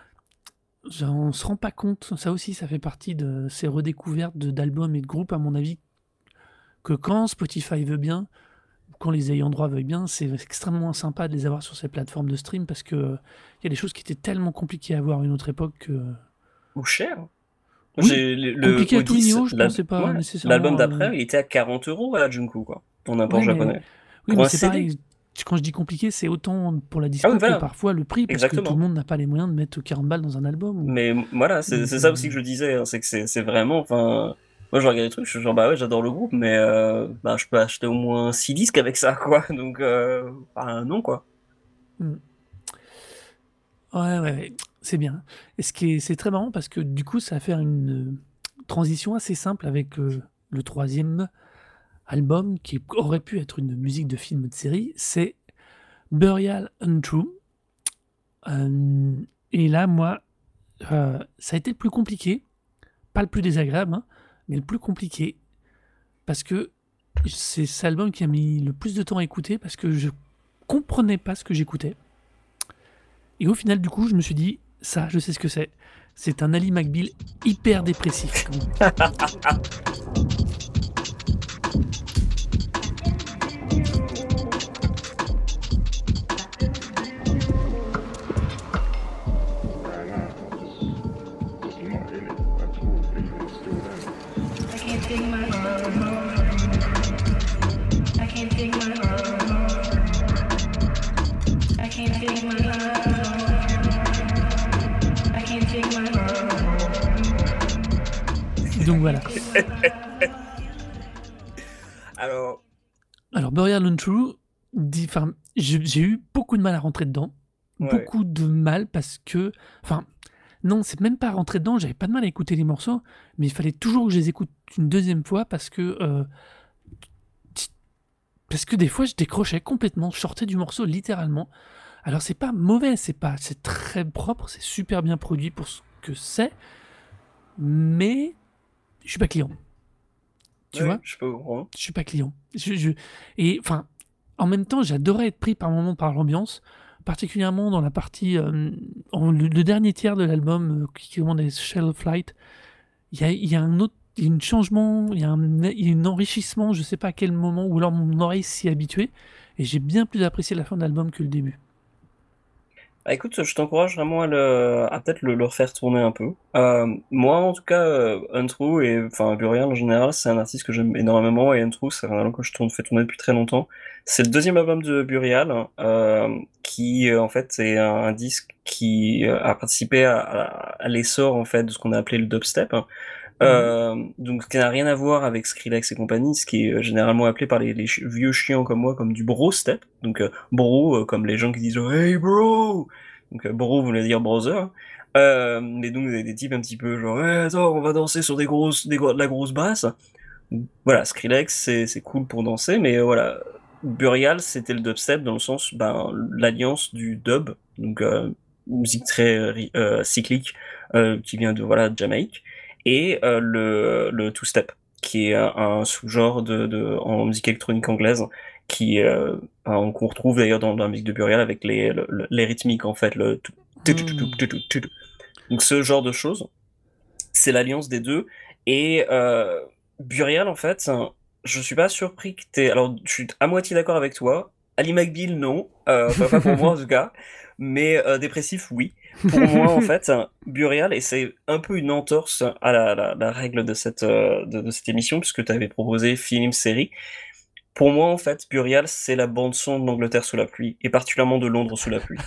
S1: on se rend pas compte. Ça aussi, ça fait partie de ces redécouvertes de- d'albums et de groupes, à mon avis, que quand Spotify veut bien, quand les ayants droit veuillent bien, c'est extrêmement sympa de les avoir sur ces plateformes de stream parce que il y a des choses qui étaient tellement compliquées à voir à une autre époque que...
S2: Ou cher.
S1: Oui,
S2: J'ai le, le
S1: compliqué à tous les
S2: Odyssey,
S1: niveaux, je pense,
S2: l'al-
S1: c'est pas
S2: ouais, l'album
S1: nécessairement... euh,
S2: d'après, il était à quarante euros à Junku, quoi, pour n'importe
S1: Ouais, mais,
S2: japonais.
S1: oui,
S2: Pour
S1: mais
S2: un
S1: c'est
S2: C D.
S1: pareil. Quand je dis compliqué, c'est autant pour la
S2: Ah oui,
S1: dispo que
S2: voilà,
S1: parfois le prix, parce que tout le
S2: exactement.
S1: monde n'a pas les moyens de mettre quarante balles dans un album. Ou...
S2: Mais m- voilà, c'est
S1: Donc,
S2: c'est ça aussi
S1: euh,
S2: que je disais, hein, c'est que c'est c'est vraiment, enfin, moi je regarde les trucs, je suis genre bah ouais, j'adore le groupe, mais euh, bah je peux acheter au moins six disques avec ça, quoi. Donc euh, bah non, quoi.
S1: hmm. Ouais, ouais, ouais, c'est bien. Et ce qui est, c'est très marrant parce que du coup, ça va faire une euh, transition assez simple avec euh, le troisième album qui aurait pu être une musique de film ou de série. C'est Burial Untrue. Euh, et là, moi, euh, ça a été le plus compliqué, pas le plus désagréable, hein, mais le plus compliqué parce que c'est cet album qui a mis le plus de temps à écouter parce que je comprenais pas ce que j'écoutais. Et au final, du coup, je me suis dit, ça, je sais ce que c'est. C'est un Ali McBeal hyper dépressif, quand même. Donc voilà.
S2: Alors,
S1: Alors, Burial Untrue, dit- enfin, j'ai j'ai eu beaucoup de mal à rentrer dedans.
S2: ouais.
S1: Beaucoup de mal parce que. Enfin, non, c'est même pas rentrer dedans, j'avais pas de mal à écouter les morceaux, mais il fallait toujours que je les écoute une deuxième fois parce que. euh, parce que des fois, je décrochais complètement, je sortais du morceau littéralement. Alors, c'est pas mauvais, c'est pas, c'est très propre, c'est super bien produit pour ce que c'est, mais je suis pas client. Tu
S2: Ouais,
S1: vois,
S2: je peux comprendre.
S1: je suis pas client. Je, je- et enfin, en même temps, j'adorais être pris par moment par l'ambiance, particulièrement dans la partie, euh, en- le, le dernier tiers de l'album euh, qui commande les Shell of Light. Il y a, il y a un autre, il y a un changement, il y a un, il y a un enrichissement, je sais pas à quel moment, ou alors mon oreille s'y est habituée, et j'ai bien plus apprécié la fin de l'album que le début.
S2: Bah, écoute, je t'encourage vraiment à, le, à peut-être le, le refaire tourner un peu. Euh, moi, en tout cas, euh, Untrue et enfin Burial en général, c'est un artiste que j'aime énormément et Untrue, c'est un album que je tourne, fais tourner depuis très longtemps. C'est le deuxième album de Burial, euh, qui euh, en fait est un, un disque qui euh, a participé à, à, à l'essor en fait de ce qu'on a appelé le dubstep.
S1: Mhm.
S2: Euh, donc, ce qui n'a rien à voir avec Skrillex et compagnie, ce qui est euh, généralement appelé par les, les chi- vieux chiants comme moi comme du bro step. Donc, euh, bro, euh, comme les gens qui disent Hey bro! Donc, euh, bro voulait dire brother. Euh, mais donc, des, des types un petit peu genre hey, attends, on va danser sur des grosses, des, gros- de la grosse basse. Voilà, Skrillex, c'est, c'est cool pour danser, mais euh, voilà. Burial, c'était le dubstep dans le sens, ben, l'alliance du dub, donc euh, musique très euh, ri- euh, cyclique, euh, qui vient de voilà de Jamaïque, et euh, le, le two-step, qui est un, un sous-genre de, de, en musique électronique anglaise, qui euh, ben, qu'on retrouve d'ailleurs dans, dans la musique de Burial avec les, le- le- les rythmiques en fait, le tout- tout- tout- tout-
S1: Hmm.
S2: tout- tout- tout- tout. Donc ce genre de choses c'est l'alliance des deux. Et euh, Burial, en fait, hein, je suis pas surpris que t'aies... Alors, je suis à moitié d'accord avec toi. Ali McBeal, non. Euh, enfin, pas pour moi, en tout cas. Mais euh, dépressif, oui. Pour moi, en fait, hein, Burial, et c'est un peu une entorse à la, la, la règle de cette, euh, de, de cette émission, puisque tu avais proposé film, série. Pour moi, en fait, Burial, c'est la bande-son de l'Angleterre sous la pluie, et particulièrement de Londres sous la pluie.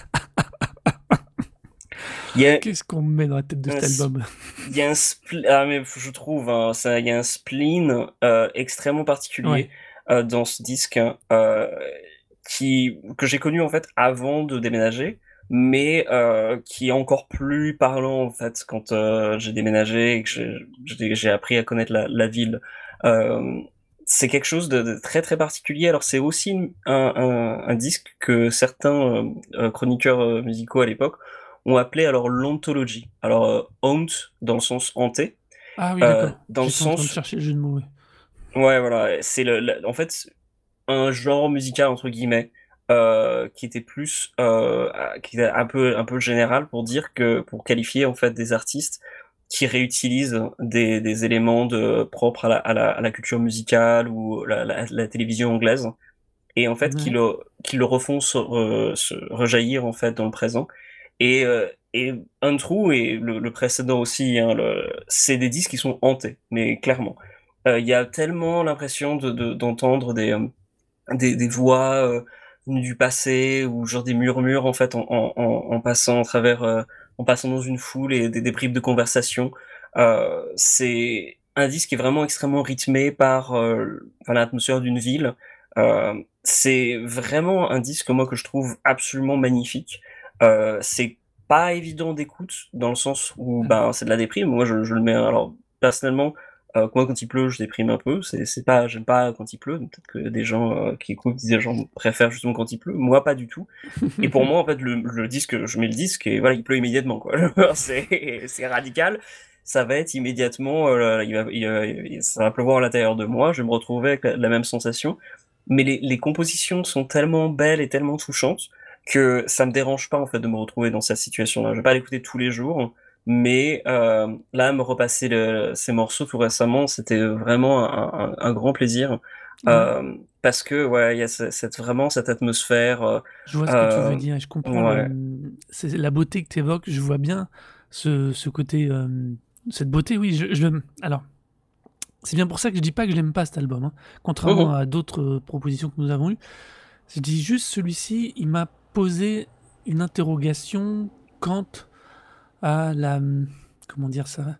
S2: Il y a,
S1: Qu'est-ce qu'on me met dans la tête de
S2: un
S1: cet album?
S2: Il y a un spl- ah, mais je trouve hein, ça, il y a un spleen euh, extrêmement particulier
S1: Ouais.
S2: euh, dans ce disque hein, euh, qui que j'ai connu en fait avant de déménager, mais euh, qui est encore plus parlant en fait quand euh, j'ai déménagé et que j'ai j'ai j'ai appris à connaître la, la ville. Euh, c'est quelque chose de, de très très particulier. Alors c'est aussi une- un, un, un disque que certains euh, euh, chroniqueurs euh, musicaux à l'époque ont appelé alors l'ontologie. Alors euh, haunt dans le sens hanté,
S1: Ah oui,
S2: euh,
S1: d'accord.
S2: dans le
S1: J'étais en train de
S2: sens
S1: chercher le jeu de mots. Ouais.
S2: ouais voilà, c'est le, le- en fait un genre musical entre guillemets euh, qui était plus euh, qui était un peu un peu général pour dire que pour qualifier en fait des artistes qui réutilisent des, des éléments de propres à la, à la, à la culture musicale ou la, la, la télévision anglaise et en fait qui
S1: Ouais.
S2: le qui le refont se, re- se rejaillir en fait dans le présent. Et euh, et Untrue et le, le précédent aussi, hein, le, c'est des disques qui sont hantés, mais clairement. Euh, Il y a tellement l'impression de, de- d'entendre des, euh, des, des voix euh, venues du passé ou genre des murmures en fait en, en, en en passant à travers euh, en passant dans une foule et des, des bribes de conversation. Euh, c'est un disque qui est vraiment extrêmement rythmé par euh, enfin, l'atmosphère d'une ville. Euh, c'est vraiment un disque moi que je trouve absolument magnifique. Euh, c'est pas évident d'écoute dans le sens où ben c'est de la déprime. Moi je, je le mets alors personnellement euh, moi, quand il pleut, je déprime un peu. C'est, c'est pas, j'aime pas quand il pleut. Donc peut-être que des gens euh, qui écoutent, des gens préfèrent justement quand il pleut. Moi, pas du tout. Et pour moi, en fait, le, le disque, je mets le disque et voilà, il pleut immédiatement, quoi. c'est, c'est radical. Ça va être immédiatement, euh, il va, il va- il- ça va pleuvoir à l'intérieur de moi. Je vais me retrouver avec la, la même sensation. Mais les, les compositions sont tellement belles et tellement touchantes que ça me dérange pas en fait de me retrouver dans cette situation-là. Je vais pas l'écouter tous les jours, mais euh, là, me repasser le- ces morceaux tout récemment, c'était vraiment un, un- un grand plaisir.
S1: Ouais.
S2: Euh, parce que ouais, il y a ce- cette, vraiment cette atmosphère. euh,
S1: Je vois ce que tu veux
S2: euh,
S1: dire et je comprends
S2: ouais.
S1: le, c'est la beauté que tu évoques. Je vois bien ce, ce côté, euh, cette beauté, oui. Je, je le- alors, c'est bien pour ça que je dis pas que je l'aime pas cet album, hein. Contrairement
S2: Mhm.
S1: à d'autres euh, propositions que nous avons eues. Je dis juste celui-ci, il m'a posé une interrogation quant à la. Comment dire ça?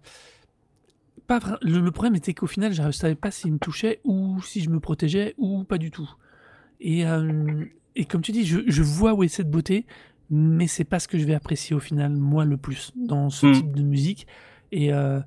S1: Pas vra- le, le problème était qu'au final, je ne savais pas s'il me touchait ou si je me protégeais ou pas du tout. Et, euh, et comme tu dis, je, je vois où est cette beauté, mais c'est pas ce que je vais apprécier au final, moi, le plus, dans ce
S2: Mm.
S1: type de musique. Et, euh,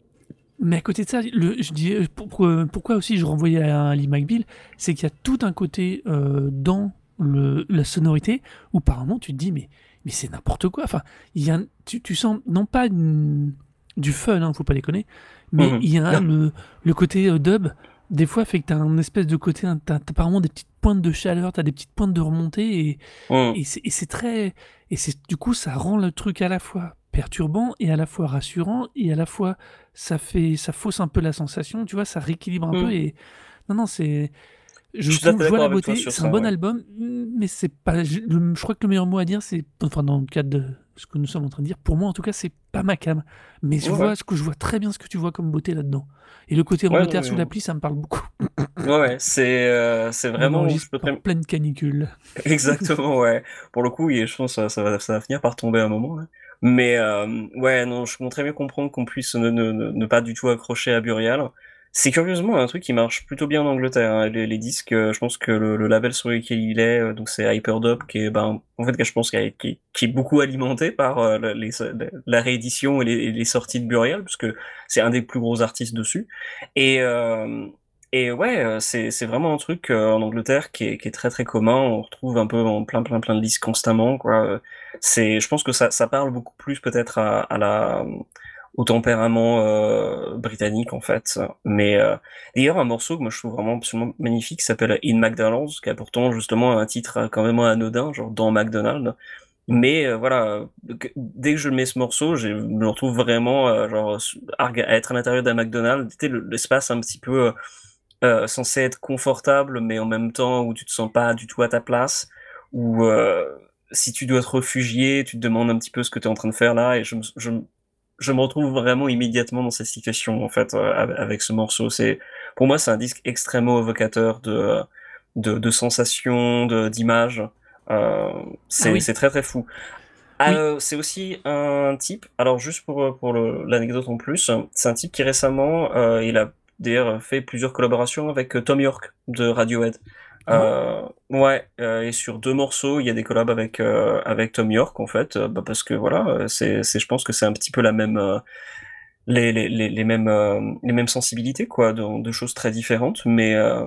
S1: mais à côté de ça, le, je dis, pour- pour- pourquoi aussi je renvoyais à un Lee McBeal, c'est qu'il y a tout un côté euh, dans le, la sonorité où par moment tu te dis, mais, mais c'est n'importe quoi. Enfin, il y a, un- tu, tu sens, non pas une- du fun, hein, faut pas déconner, mais
S2: Mhm.
S1: il y a
S2: Non.
S1: le, le côté euh, dub, des fois, fait que tu as un espèce de côté, hein, t'as t'as apparemment des petites pointes de chaleur, tu as des petites pointes de remontée, et,
S2: Mm.
S1: et c'est et c'est très. Et c'est du coup, ça rend le truc à la fois perturbant et à la fois rassurant, et à la fois ça fait ça fausse un peu la sensation, tu vois, ça rééquilibre un peu.
S2: Mm.
S1: Et non, non, c'est
S2: Je
S1: je
S2: suis tout à
S1: trouve,
S2: fait
S1: je vois
S2: d'accord
S1: la
S2: avec toi
S1: beauté,
S2: sur
S1: c'est un
S2: ça,
S1: bon
S2: ouais.
S1: album, mais c'est pas je, le- je crois que le meilleur mot à dire, c'est enfin dans le cadre de ce que nous sommes en train de dire, pour moi en tout cas, c'est pas ma cam, mais je
S2: Ouais, ouais.
S1: vois ce que je vois très bien ce que tu vois comme beauté là-dedans. Et le côté
S2: Ouais, non,
S1: Angleterre
S2: mais,
S1: sous la
S2: euh,
S1: pluie, ça me parle beaucoup.
S2: ouais, ouais, c'est, euh, c'est
S1: On
S2: vraiment où je
S1: enregistre
S2: peux
S1: en
S2: très,
S1: pleine canicule.
S2: exactement, ouais. Pour le coup, et je pense que ça, ça va, ça va finir par tomber à un moment, là. Mais euh, ouais, non, je peux très bien comprendre qu'on puisse ne, ne, ne, ne pas du tout accrocher à Burial. C'est curieusement un truc qui marche plutôt bien en Angleterre, hein. Les, les disques, euh, je pense que le, le label sur lequel il est, euh, donc c'est Hyperdub, qui est, ben, en fait, que je pense qu'il est- qui, est- qui est beaucoup alimenté par euh, la- les, la réédition et les, et les sorties de Burial, puisque c'est un des plus gros artistes dessus. Et, euh, et ouais, euh, c'est c'est vraiment un truc euh, en Angleterre qui est, qui est très très commun. On retrouve un peu en plein plein plein de listes constamment, quoi. Euh, C'est, je pense que ça ça parle beaucoup plus peut-être à, à la au tempérament euh, britannique en fait. Mais euh, d'ailleurs un morceau que moi je trouve vraiment absolument magnifique qui s'appelle In McDonald's, qui a pourtant justement un titre euh, quand même anodin, genre dans McDonald's. Mais euh, voilà, que- dès que je mets ce morceau, je me retrouve vraiment euh, genre à rega- à être à l'intérieur d'un McDonald's, tu sais, le- l'espace un petit peu euh, euh, censé être confortable, mais en même temps où tu te sens pas du tout à ta place, où euh, si tu dois te réfugier, tu te demandes un petit peu ce que tu es en train de faire là, et je, me- je, me- je me retrouve vraiment immédiatement dans cette situation en fait euh, avec avec ce morceau. C'est, pour moi, c'est un disque extrêmement évocateur de de, de sensations, de d'images. Euh,
S1: Ah
S2: c'est
S1: oui,
S2: c'est très très fou.
S1: oui.
S2: Euh, c'est aussi un type, alors juste pour, euh, pour le- l'anecdote en plus, c'est un type qui récemment, euh, il a d'ailleurs fait plusieurs collaborations avec euh, Tom York de Radiohead.
S1: Ah ouais?
S2: Euh, ouais, euh, et sur deux morceaux, il y a des collabs avec, euh, avec Tom York en fait, euh, bah, parce que voilà, euh, c'est, c'est, je pense que c'est un petit peu la même, euh, les, les, les, les mêmes, euh, les mêmes sensibilités quoi, de, de choses très différentes, mais euh,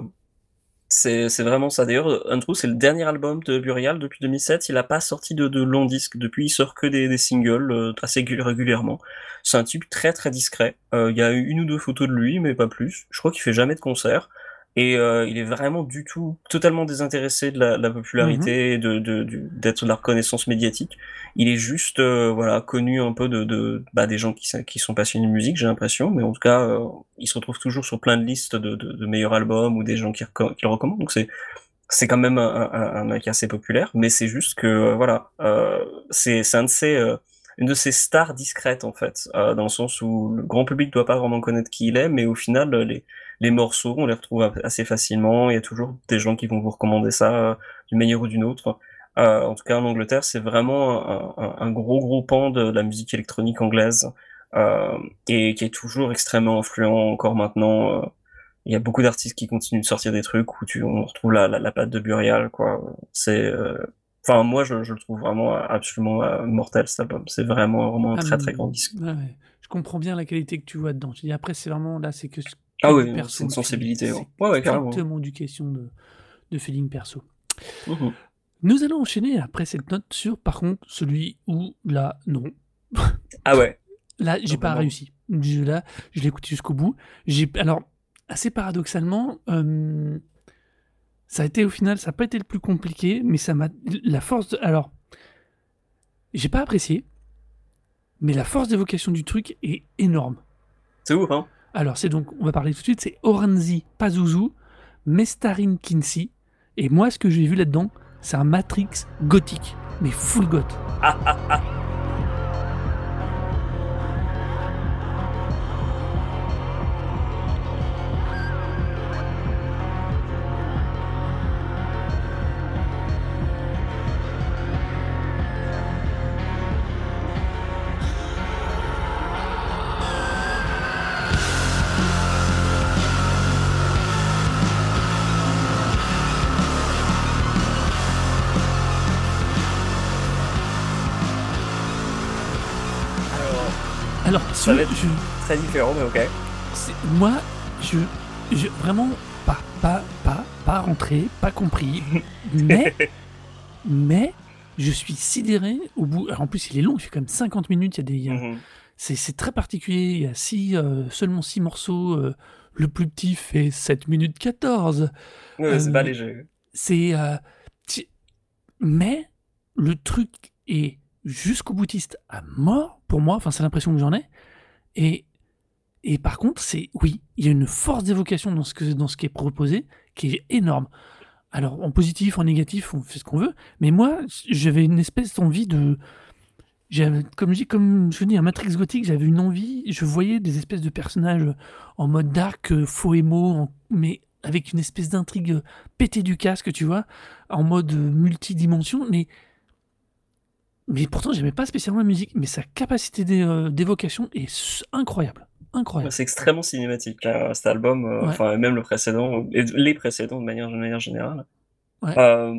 S2: c'est c'est vraiment ça. D'ailleurs, Untrue, c'est le dernier album de Burial depuis deux mille sept. Il a pas sorti de, de long disque. Depuis, il sort que des, des singles euh, assez gu- régulièrement. C'est un type très très discret. Euh, Il y a eu une ou deux photos de lui, mais pas plus. Je crois qu'il fait jamais de concert. Et euh, il est vraiment du tout, totalement désintéressé de la, de la
S1: Mhm.
S2: popularité, et de, de, du- d'être de la reconnaissance médiatique. Il est juste, euh, voilà, connu un peu de, de bah, des gens qui, s- qui sont passionnés de musique, j'ai l'impression. Mais en tout cas, euh, il se retrouve toujours sur plein de listes de, de, de meilleurs albums ou des gens qui, reco- qui le recommandent. Donc c'est c'est quand même un, un, un mec assez populaire, mais c'est juste que euh, voilà, euh, c'est c'est un de ces euh, une de ces stars discrètes en fait, euh, dans le sens où le grand public doit pas vraiment connaître qui il est, mais au final euh, les les morceaux on les retrouve a- assez facilement. Il y a toujours des gens qui vont vous recommander ça euh, d'une manière ou d'une autre. Euh, en tout cas en Angleterre, c'est vraiment un, un, un gros gros pan de la musique électronique anglaise euh, et qui est toujours extrêmement influent encore maintenant. euh, il y a beaucoup d'artistes qui continuent de sortir des trucs où tu, on retrouve la, la, la patte de Burial, quoi. C'est, euh, enfin, moi, je, je le trouve vraiment absolument euh, mortel, cet album. C'est vraiment, vraiment un
S1: Ah,
S2: très, très grand
S1: mmh,
S2: disque.
S1: ouais, ouais. Je comprends bien la qualité que tu vois dedans. Je dis après, c'est vraiment là, c'est que que
S2: Ah
S1: du
S2: oui, non, c'est
S1: perso,
S2: une
S1: le feeling.
S2: sensibilité, hein.
S1: C'est
S2: Ouais, ouais, carrément.
S1: strictement du question de de feeling perso.
S2: Mhm.
S1: Nous allons enchaîner après cette note sur, par contre, celui où là, non.
S2: Ah ouais,
S1: Là, j'ai
S2: non,
S1: pas
S2: vraiment.
S1: réussi. Je là, je l'ai écouté jusqu'au bout. J'ai alors, assez paradoxalement, hem, ça a été au final, ça a pas été le plus compliqué, mais ça m'a la force de alors, j'ai pas apprécié, mais la force d'évocation du truc est énorme.
S2: C'est ouf, hein.
S1: Alors, c'est donc, on va parler tout de suite, c'est Orenzi Pazuzu, Mestarin Kinsey, et moi, ce que j'ai vu là-dedans, c'est un Matrix gothique, mais full goth.
S2: Ah, ah, ah. Alors,
S1: Alors,
S2: ça
S1: ce,
S2: va être
S1: je,
S2: très différent, mais ok.
S1: c'est- moi, je, je, vraiment, pas, pas, pas, pas rentré, pas compris, mais, mais, je suis sidéré au bout. Alors, en plus, il est long, il fait quand même cinquante minutes, il y a des, il y a-
S2: Mhm.
S1: c'est, c'est très particulier, il y a six, euh, seulement six morceaux, euh, le plus petit fait sept minutes quatorze.
S2: Ouais, c'est pas
S1: Euh,
S2: léger.
S1: c'est, euh, ti- mais, le truc est jusqu'au boutiste à mort, pour moi, enfin, c'est l'impression que j'en ai, et Et par contre, c'est oui, il y a une force d'évocation dans ce, que, dans ce qui est proposé qui est énorme. Alors, en positif, en négatif, on fait ce qu'on veut, mais moi, j'avais une espèce d'envie de. j'avais- Comme je dis, comme je dis, un Matrix gothique, j'avais une envie, je voyais des espèces de personnages en mode dark, euh, faux émo, en- mais avec une espèce d'intrigue euh, pétée du casque, tu vois, en mode euh, multidimension, mais, mais pourtant, j'aimais pas spécialement la musique, mais sa capacité d'é- euh, d'évocation est s- incroyable.
S2: Ouais,
S1: Incroyable.
S2: c'est extrêmement cinématique, hein, cet album, euh,
S1: Ouais,
S2: enfin, même le précédent, et les précédents de manière, de manière générale.
S1: ouais.
S2: Euh,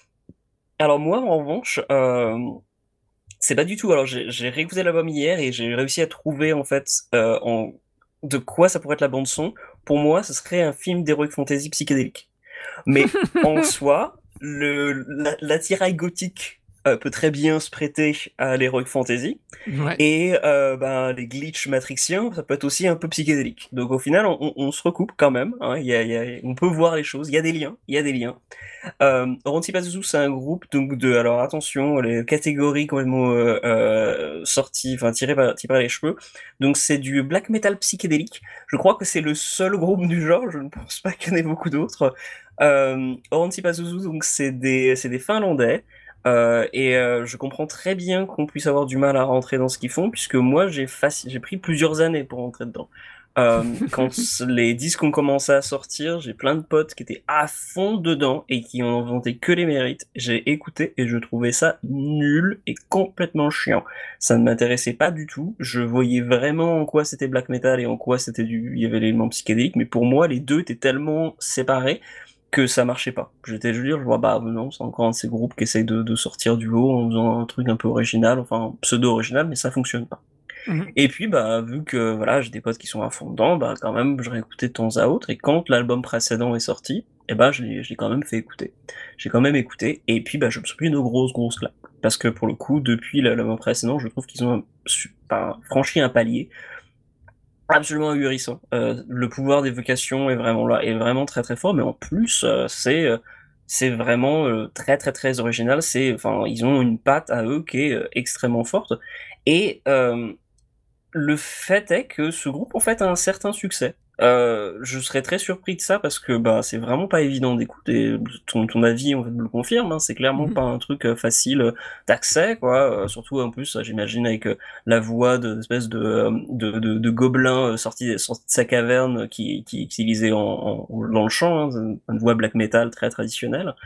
S2: alors moi, en revanche, euh, c'est pas du tout. Alors j'ai j'ai réécouté l'album hier et j'ai réussi à trouver en fait euh, en... de quoi ça pourrait être la bande son. Pour moi, ce serait un film d'heroic fantasy psychédélique. Mais en soi, le la- l'attirail gothique euh, peut très bien se prêter à l'heroic fantasy.
S1: Ouais.
S2: Et euh, ben, les glitches matrixiens, ça peut être aussi un peu psychédélique. Donc au final, on, on- on se recoupe quand même, hein. Il y a, il y a- on peut voir les choses. Il y a des liens. Il y a des liens. Euh, Oronti Pazuzu, c'est un groupe donc de, alors attention, les catégories complètement euh, euh, sorties, enfin tirées par, tirées par les cheveux. Donc c'est du black metal psychédélique. Je crois que c'est le seul groupe du genre. Je ne pense pas qu'il y en ait beaucoup d'autres. Euh, Oronti Pazuzu, donc c'est des, c'est des Finlandais. Euh, et euh, je comprends très bien qu'on puisse avoir du mal à rentrer dans ce qu'ils font, puisque moi j'ai faci- j'ai pris plusieurs années pour rentrer dedans. Euh, quand les disques ont commencé à sortir, j'ai plein de potes qui étaient à fond dedans et qui ont inventé que les mérites. J'ai écouté et je trouvais ça nul et complètement chiant. Ça ne m'intéressait pas du tout. Je voyais vraiment en quoi c'était black metal et en quoi c'était du, il y avait l'élément psychédélique, mais pour moi, les deux étaient tellement séparés que ça marchait pas. J'étais, je veux dire, je vois, bah non, c'est encore un de ces groupes qui essayent de, de sortir du lot en faisant un truc un peu original, enfin pseudo-original, mais ça fonctionne pas.
S1: Mhm.
S2: Et puis, bah, vu que voilà, j'ai des potes qui sont à fond dedans, bah, quand même, je réécoutais de temps à autre. Et quand l'album précédent est sorti, eh ben, je l'ai, je l'ai quand même fait écouter. J'ai quand même écouté. Et puis, bah, je me suis pris une grosse, grosse claque. Parce que pour le coup, depuis l'album précédent, je trouve qu'ils ont su- enfin, franchi un palier absolument ahurissant. Euh, le pouvoir d'évocation est vraiment là, est vraiment très, très fort. Mais en plus, euh, c'est, euh, c'est vraiment euh, très, très, très original. C'est, enfin, ils ont une patte à eux qui est euh, extrêmement forte. Et euh, le fait est que ce groupe en fait a un certain succès. Heu, je serais très surpris de ça parce que, bah, c'est vraiment pas évident d'écoute et ton ton avis, en fait, me le confirme, hein. C'est clairement
S1: Mmh.
S2: pas un truc, heu, facile, heu, d'accès, quoi, heu, surtout, en plus, j'imagine avec, heu, la voix de d'espèce de, hem, de de de gobelin, heu, sorti sorti de sa caverne, euh, qui qui qui lisait en en dans le chant, hein, une voix black metal très traditionnelle.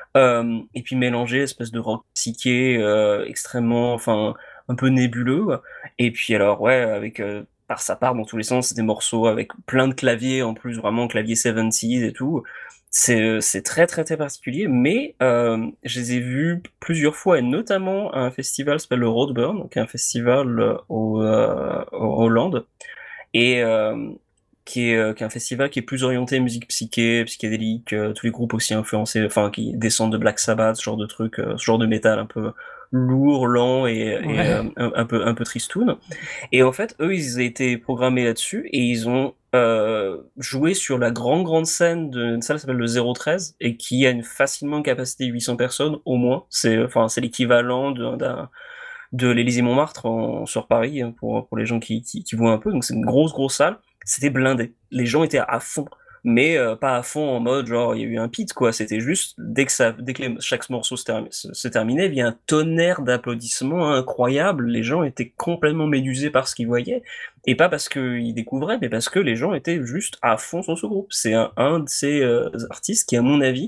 S2: Hem et puis mélanger espèce de rock psyché, heu, extrêmement enfin, un peu nébuleux et puis alors ouais, avec, heu, part ça part dans tous les sens, des morceaux avec plein de claviers en plus, vraiment clavier soixante-dix et tout. C'est, heu, c'est très, très, très particulier mais hem, je les ai vus plusieurs fois et notamment à un festival qui s'appelle le Roadburn, donc un festival, heu, au, heu, en Hollande et hem, qui est, heu, qui est un festival qui est plus orienté musique psyché, psychédélique, heu, tous les groupes aussi influencés, enfin qui descendent de Black Sabbath, ce genre de truc, heu, ce genre de métal un peu lourd, lent et et
S1: Ouais.
S2: hem, un un peu un peu tristoun et en fait, eux, ils étaient programmés là-dessus et ils ont, heu, joué sur la grande, grande scène d'une salle qui s'appelle le zéro treize et qui a une facilement une capacité de huit cents personnes au moins. C'est, enfin, c'est l'équivalent d'un d'un de l'Élysée-Montmartre en sur Paris, hein, pour pour les gens qui qui qui voient un peu, donc c'est une grosse, grosse salle. C'était blindé. Les gens étaient à fond, mais heu, pas à fond en mode genre il y a eu un pit quoi, c'était juste dès que ça dès que les chaque morceau se termi se se terminait, il y a un tonnerre d'applaudissements incroyable. Les gens étaient complètement médusés par ce qu'ils voyaient et pas parce qu'ils découvraient, mais parce que les gens étaient juste à fond sur ce groupe. C'est un un de ces, heu, artistes qui à mon avis,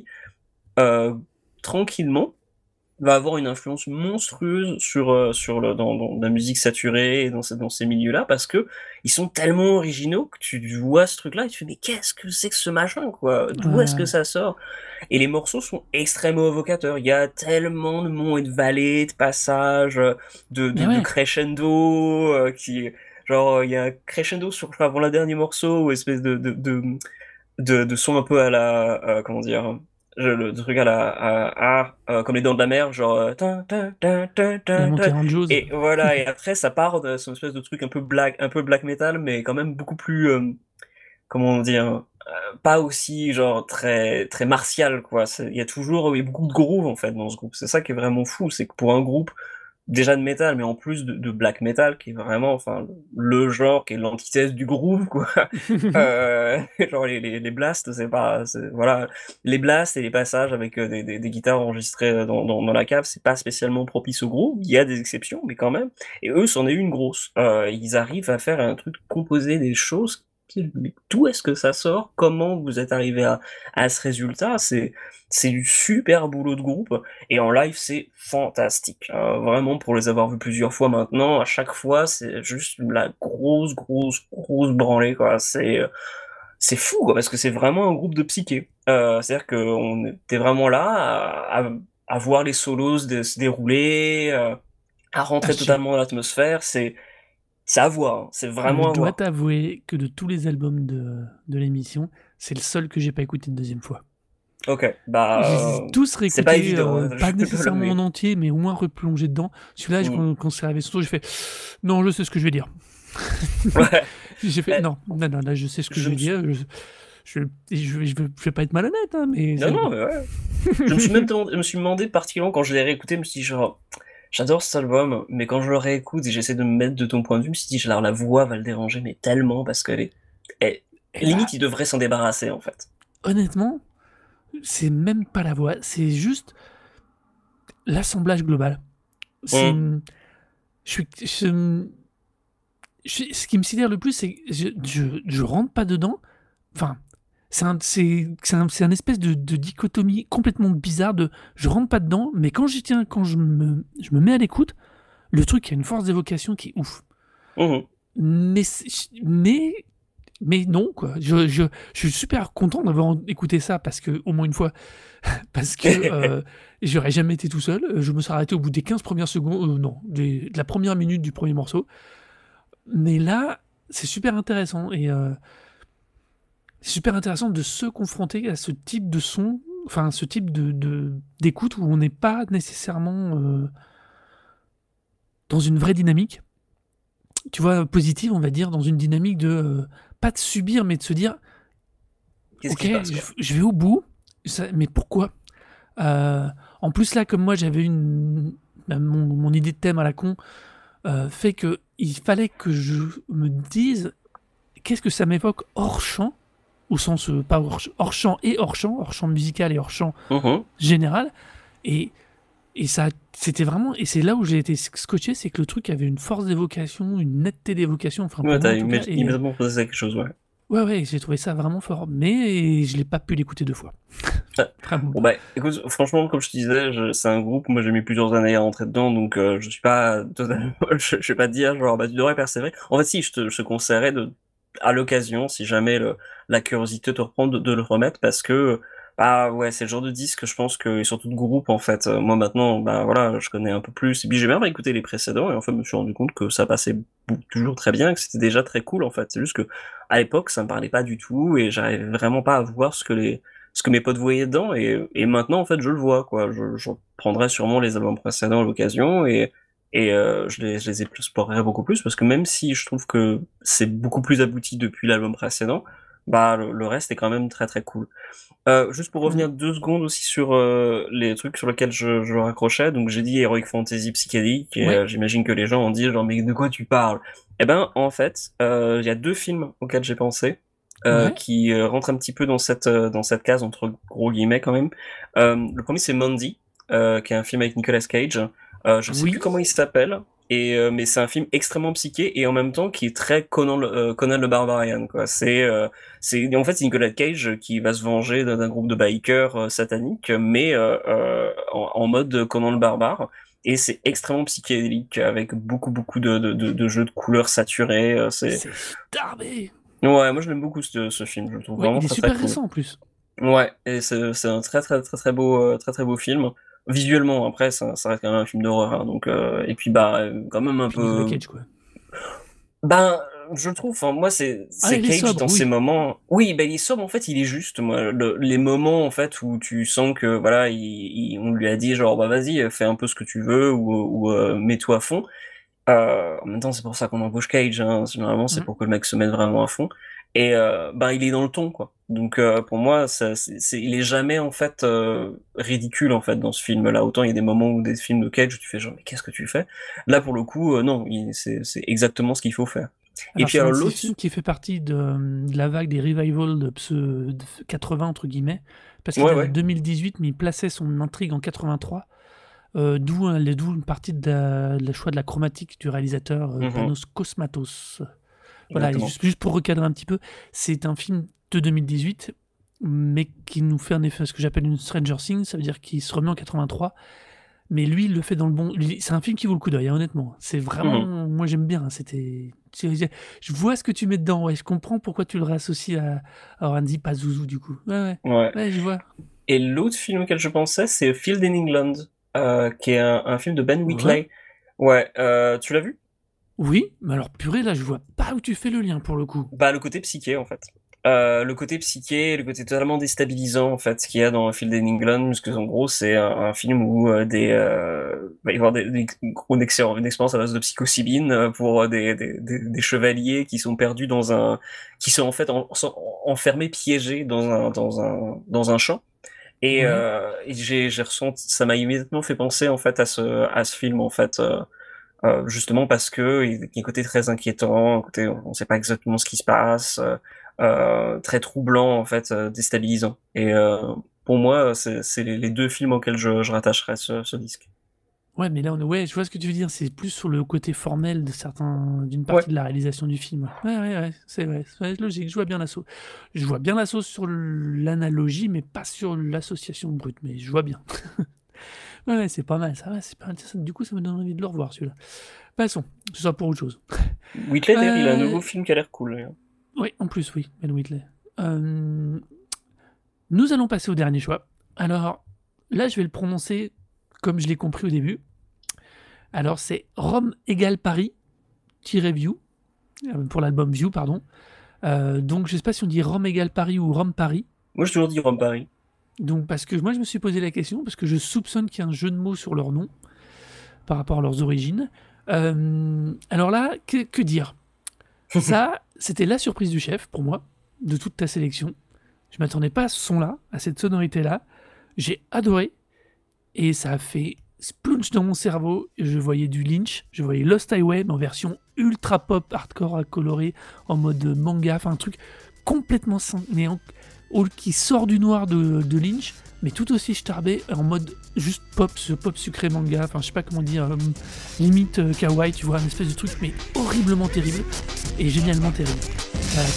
S2: heu, tranquillement va avoir une influence monstrueuse sur, heu, sur le dans dans la musique saturée et dans ces dans ces milieux-là parce que ils sont tellement originaux que tu vois ce truc-là et tu fais: «Mais qu'est-ce que c'est que ce machin, quoi?
S1: Ouais,
S2: D'où est-ce que
S1: ouais.
S2: ça sort?» Et les morceaux sont extrêmement évocateurs. Il y a tellement de monts et de vallées, de passages, heu, de de
S1: Mais
S2: de
S1: ouais,
S2: crescendo, heu, qui genre, heu, il y a un crescendo sur je crois avant le dernier morceau ou espèce de de de, mmh, de de son un peu à la, heu, comment dire? Je le truc à la à à, heu, comme les Dents de la Mer, genre, heu, tin tin tin tin
S1: les
S2: tin tin
S1: Montées Jaws.
S2: et voilà et après ça part de sur une espèce de truc un peu black un peu black metal, mais quand même beaucoup plus, hem, comment dire? Heu, pas aussi genre très très martial quoi. C'est il y a toujours il y a beaucoup de groove en fait dans ce groupe. C'est ça qui est vraiment fou, c'est que pour un groupe déjà de métal, mais en plus de de black metal qui est vraiment enfin le genre qui est l'antithèse du groove quoi. Heu, genre les les les blasts, c'est pas c'est voilà, les blasts et les passages avec, heu, des des des guitares enregistrées, heu, dans dans dans la cave, c'est pas spécialement propice au groove. Il y a des exceptions, mais quand même et eux, c'en est une grosse. Heu, ils arrivent à faire un truc, composer des choses qui mais d'où est-ce que ça sort? Comment vous êtes arrivés à à ce résultat? C'est c'est du super boulot de groupe et en live, c'est fantastique. Heu, vraiment pour les avoir vus plusieurs fois maintenant, à chaque fois, c'est juste la grosse, grosse, grosse branlée, quoi. C'est, heu, c'est fou, quoi, parce que c'est vraiment un groupe de psyché. Heu, c'est-à-dire qu'on était vraiment là à à à voir les solos se dé se dérouler, heu, à
S1: Ah,
S2: rentrer
S1: je
S2: totalement dans l'atmosphère. C'est c'est à voir, hein, c'est
S1: je
S2: vraiment à
S1: dois
S2: voir.
S1: t'avouer que de tous les albums de de l'émission, c'est le seul que j'ai pas écouté une deuxième fois.
S2: OK,
S1: Je les ai
S2: bah, heu,
S1: tous
S2: c'est pas
S1: réécoutés,
S2: évident,
S1: heu,
S2: hein,
S1: pas
S2: je dois
S1: nécessairement en
S2: l'avouer.
S1: entier, mais au moins replongé dedans. Celui-là, j
S2: Mmh.
S1: quand quand c'est arrivé sur j'ai fait: «Non, je sais ce que je vais dire».
S2: Ouais,
S1: J'ai fait:
S2: bah,
S1: «Non, non, non, là, je sais ce que
S2: je
S1: je vais
S2: me suis
S1: dire, je je et je vais je vais je vais pas être malhonnête, hein, mais
S2: non,
S1: c'est
S2: non,
S1: bon».
S2: mais ouais. Je me suis même demandé je me suis demandé particulièrement quand je l'ai réécouté, je me suis dit genre: «J'adore cet album», mais quand je le réécoute et j'essaie de me mettre de ton point de vue, je me suis dit: «Alors la voix va le déranger, mais tellement parce qu'elle est elle
S1: Et
S2: limite
S1: bah,
S2: il devrait s'en débarrasser en fait».
S1: honnêtement, c'est même pas la voix, c'est juste l'assemblage global. C'est,
S2: Mmh.
S1: mmh, je suis je, mmh, je suis ce qui me sidère le plus, c'est que je je je rentre pas dedans. Enfin, c'est un c'est c'est un c'est un espèce de de dichotomie complètement bizarre de je rentre pas dedans, mais quand j'y tiens, quand je me je me mets à l'écoute, le truc a une force d'évocation qui est ouf.
S2: Mmh mh.
S1: Mais c'est mais mais non quoi. Je je je suis super content d'avoir écouté ça parce que au moins une fois, parce que, heu, j'aurais jamais été tout seul. Heu, je me serais arrêté au bout des quinze premières secondes, heu, non, des de la première minute du premier morceau. Mais là, c'est super intéressant et heu, c'est super intéressant de se confronter à ce type de son, enfin ce type de de d'écoute où on n'est pas nécessairement, heu, dans une vraie dynamique, tu vois? Positive, on va dire, dans une dynamique de, heu, pas de subir, mais de se dire:
S2: Qu'est-ce qui
S1: «OK,
S2: se passe
S1: je
S2: quoi?
S1: je vais au bout, ça mais pourquoi?» Heu, En plus là, comme moi j'avais une bah, mon mon idée de thème à la con, heu, fait qu'il fallait que je me dise: qu'est-ce que ça m'évoque hors champ, au sens euh, pas hors, hors champ et hors champ, hors champ musical et hors champ
S2: Mhm.
S1: général. Et, et ça, c'était vraiment. Et c'est là où j'ai été scotché, c'est que le truc avait une force d'évocation, une netteté d'évocation, enfin pour
S2: Ouais,
S1: moi
S2: t'as
S1: en tout cas.
S2: immé-
S1: Et
S2: immédiatement posé quelque chose, ouais.
S1: ouais, ouais, j'ai trouvé ça vraiment fort. Mais je l'ai pas pu l'écouter deux fois.
S2: Ouais.
S1: Vraiment
S2: Bon
S1: pas.
S2: bah écoute, franchement, comme je te disais, je- c'est un groupe, moi j'ai mis plusieurs années à rentrer dedans, donc euh, je suis pas totalement, je, je vais pas te dire genre bah tu devrais persévérer. En fait si, je te, je te conseillerais de, à l'occasion, si jamais le, la curiosité te reprend, de, de le remettre, parce que bah ouais, c'est le genre de disque, je pense que, et surtout de groupe en fait. Euh, moi maintenant, bah voilà, je connais un peu plus, et puis j'ai même écouté les précédents, et en fait je me suis rendu compte que ça passait bou- toujours très bien, que c'était déjà très cool en fait. C'est juste que à l'époque ça me parlait pas du tout, et j'arrivais vraiment pas à voir ce que les ce que mes potes voyaient dedans, et, et maintenant en fait je le vois quoi. Je, je prendrai sûrement les albums précédents à l'occasion, et et euh, je les je les explorerai beaucoup plus, parce que même si je trouve que c'est beaucoup plus abouti depuis l'album précédent, bah le, le reste est quand même très très cool. Euh, juste pour
S1: Mm.
S2: revenir deux secondes aussi sur euh, les trucs sur lesquels je, je raccrochais, donc j'ai dit Heroic Fantasy psychédélique, et
S1: Ouais,
S2: euh, j'imagine que les gens ont dit genre mais de quoi tu parles? Eh ben en fait, euh, il y a deux films auxquels j'ai pensé, euh,
S1: ouais,
S2: qui euh, rentrent un petit peu dans cette euh, dans cette case entre gros guillemets quand même. Euh, le premier c'est Mandy, euh, qui est un film avec Nicolas Cage. Euh, je sais plus
S1: oui.
S2: comment il s'appelle. Et euh, mais c'est un film extrêmement psyché, et en même temps qui est très Conan le, euh, Conan le Barbarian quoi. C'est euh, c'est en fait c'est Nicolas Cage qui va se venger d'un d'un groupe de bikers euh, sataniques, mais euh, euh, en, en mode Conan le barbare. Et c'est extrêmement psychédélique, avec beaucoup beaucoup de, de, de, de jeux de couleurs saturés. euh, C'est
S1: C'est starbé.
S2: ouais, moi je l'aime beaucoup ce, ce film. Je le trouve
S1: Ouais,
S2: vraiment
S1: il est
S2: très très
S1: super
S2: cool.
S1: récent en plus.
S2: Ouais, et c'est c'est un très très très très beau euh, très très beau film. Visuellement, après ça, ça reste quand même un film d'horreur, hein, donc euh, et puis bah euh, quand même un
S1: Puis Nicolas
S2: peu.
S1: Cage, quoi.
S2: Ben, je trouve, enfin, moi, c'est,
S1: Ah,
S2: c'est
S1: il est
S2: Cage
S1: sobre,
S2: dans ces
S1: oui.
S2: moments. Oui, ben, il est sobre, en fait, il est juste, moi, le- les moments, en fait, où tu sens que, voilà, il, il- on lui a dit, genre, bah, vas-y, fais un peu ce que tu veux, ou, ou euh, mets-toi à fond. Euh, en même temps, c'est pour ça qu'on embauche Cage, hein. Généralement, c'est
S1: Mm.
S2: pour que le mec se mette vraiment à fond. Et, euh, bah, il est dans le ton, quoi. Donc, euh, pour moi, ça, c'est, c'est- il est jamais, en fait, euh, ridicule, en fait, dans ce film-là. Autant il y a des moments où des films de Cage où tu fais genre, mais qu'est-ce que tu fais? Là, pour le coup, euh, non, il- c'est, c'est exactement ce qu'il faut faire. Et
S1: Alors,
S2: puis
S1: c'est un
S2: alors
S1: de ces
S2: l'autre,
S1: films qui fait partie de, de la vague des revivals de, pse- de quatre-vingts, entre guillemets, parce qu'il
S2: ouais
S1: date de
S2: ouais,
S1: deux mille dix-huit, mais il plaçait son intrigue en quatre-vingt-trois, euh, d'où, un- d'où une partie de la, de la choix de la chromatique du réalisateur euh,
S2: mhm,
S1: Panos Cosmatos. Voilà, et
S2: exactement.
S1: juste, juste pour recadrer un petit peu, c'est un film de deux mille dix-huit, mais qui nous fait un effet, ce que j'appelle une Stranger Things, ça veut dire qu'il se remet en quatre-vingt-trois, mais lui, il le fait dans le bon. lui, C'est un film qui vaut le coup d'œil, hein, honnêtement. C'est
S2: Mhm.
S1: vraiment. Moi, j'aime bien. C'était. c'est- Je vois ce que tu mets dedans, ouais. Je comprends pourquoi tu le réassocies à, à Randy Pazuzu, du coup. Ouais, ouais.
S2: Ouais.
S1: Ouais, je vois.
S2: Et l'autre film auquel je pensais, c'est Field in England, euh, qui est un, un film de Ben
S1: Ouais.
S2: Wheatley. Ouais, euh, tu l'as vu?
S1: Oui, mais alors, purée, là, je vois pas où tu fais le lien pour le coup.
S2: Bah le côté psyché en fait. Euh, le côté psyché, le côté totalement déstabilisant en fait, ce qu'il y a dans Field in England, parce que en gros c'est un, un film où euh, des euh, va y avoir des, des, une expérience une expérience à base de psilocybine euh, pour euh, des, des, des, des chevaliers qui sont perdus dans un, qui sont en fait en- sont enfermés, piégés dans un dans un dans un champ. Et,
S1: Ouais.
S2: euh, et j'ai j'ai ressenti, ça m'a immédiatement fait penser en fait à ce à ce film en fait. Euh, euh, justement parce que il y a un côté très inquiétant, un côté on ne sait pas exactement ce qui se passe, euh, euh, très troublant en fait, euh, déstabilisant. Et euh, pour moi, c'est c'est les les deux films auxquels je, je rattacherais ce, ce disque.
S1: Ouais, mais là, on... ouais, je vois ce que tu veux dire. C'est plus sur le côté formel de certains, d'une
S2: Ouais.
S1: partie de la réalisation du film. Ouais, ouais, ouais, c'est vrai. C'est logique. Je vois bien la sauce. Je vois bien la sauce sur l'analogie, mais pas sur l'association brute. Mais je vois bien. Ouais, ouais, c'est pas mal. Ça va, c'est pas intéressant. Du coup, ça me donne envie de le revoir, celui-là. Passons. Ce sera pour autre chose.
S2: Whittley, d'ailleurs, il a un
S1: Euh...
S2: nouveau film qui a l'air cool, hein.
S1: Oui, en plus, oui, Ben Whitley. Euh... Nous allons passer au dernier choix. Alors, là, je vais le prononcer comme je l'ai compris au début. Alors, c'est Rome égale Paris, tiré View, euh, pour l'album View, pardon. Euh, donc, je sais pas si on dit Rome égale Paris ou Rome Paris.
S2: Moi, j'ai toujours dit Rome Paris.
S1: Donc, parce que moi, je me suis posé la question, parce que je soupçonne qu'il y a un jeu de mots sur leur nom, par rapport à leurs origines. Euh, alors là, que, que dire? Ça, c'était la surprise du chef, pour moi, de toute ta sélection. Je m'attendais pas à ce son-là, à cette sonorité-là. J'ai adoré. Et ça a fait splunch dans mon cerveau. Je voyais du Lynch, je voyais Lost Highway, mais en version ultra pop, hardcore à colorer, en mode manga, enfin un truc complètement sans, mais en, au- qui sort du noir de, de Lynch, mais tout aussi starbé, en mode juste pop, ce pop sucré manga, enfin je sais pas comment dire, euh, limite euh, kawaii, tu vois, un espèce de truc, mais horriblement terrible, et génialement terrible. Voilà.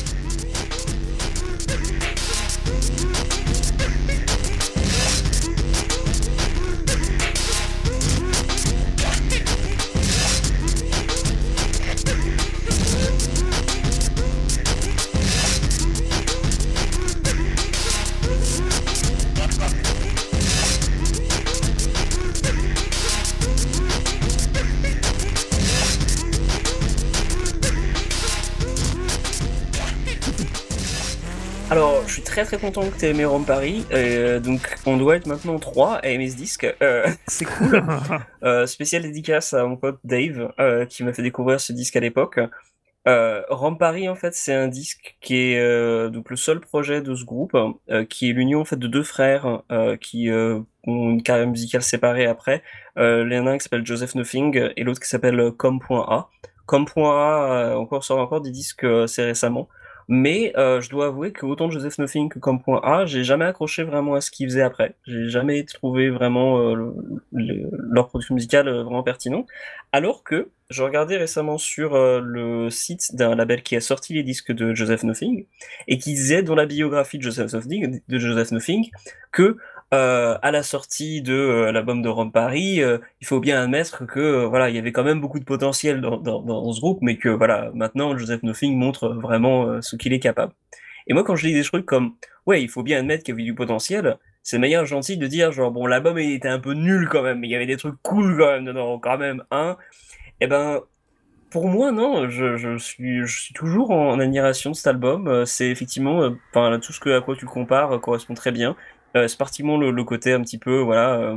S2: Alors, je suis très très content que tu aies aimé Rome Paris. Euh, donc, on doit être maintenant trois à aimer ce disque. Euh, c'est cool. Euh, spécial dédicace à mon pote Dave, euh, qui m'a fait découvrir ce disque à l'époque. Euh, Rome Paris, en fait, c'est un disque qui est euh, donc le seul projet de ce groupe, euh, qui est l'union en fait de deux frères euh, qui euh, ont une carrière musicale séparée après. Euh, il y en a un qui s'appelle Joseph Nothing et l'autre qui s'appelle Com.A. Com.A euh, encore sort encore des disques euh, assez récemment. Mais euh, je dois avouer que autant Joseph Nothing que Com.A, j'ai jamais accroché vraiment à ce qu'ils faisaient après. J'ai jamais trouvé vraiment euh, le- le- leur production musicale euh, vraiment pertinente. Alors que je regardais récemment sur euh, le site d'un label qui a sorti les disques de Joseph Nothing et qui disait dans la biographie de Joseph Nothing, de Joseph Nothing que euh, à la sortie de euh, l'album de Rome Paris, euh, il faut bien admettre que euh, voilà, il y avait quand même beaucoup de potentiel dans, dans, dans ce groupe, mais que voilà, maintenant Joseph Nothing montre vraiment euh, ce qu'il est capable. Et moi, quand je lis des trucs comme ouais, il faut bien admettre qu'il y avait du potentiel, c'est de manière gentille de dire genre bon, l'album il était un peu nul quand même, mais il y avait des trucs cool quand même dedans, quand même, hein. Eh ben, pour moi, non, je, je suis, je suis toujours en, admiration de cet album. Euh, C'est effectivement, euh, enfin, tout ce que, à quoi tu le compares euh, correspond très bien. Euh, c'est particulièrement le, le côté un petit peu, voilà, euh,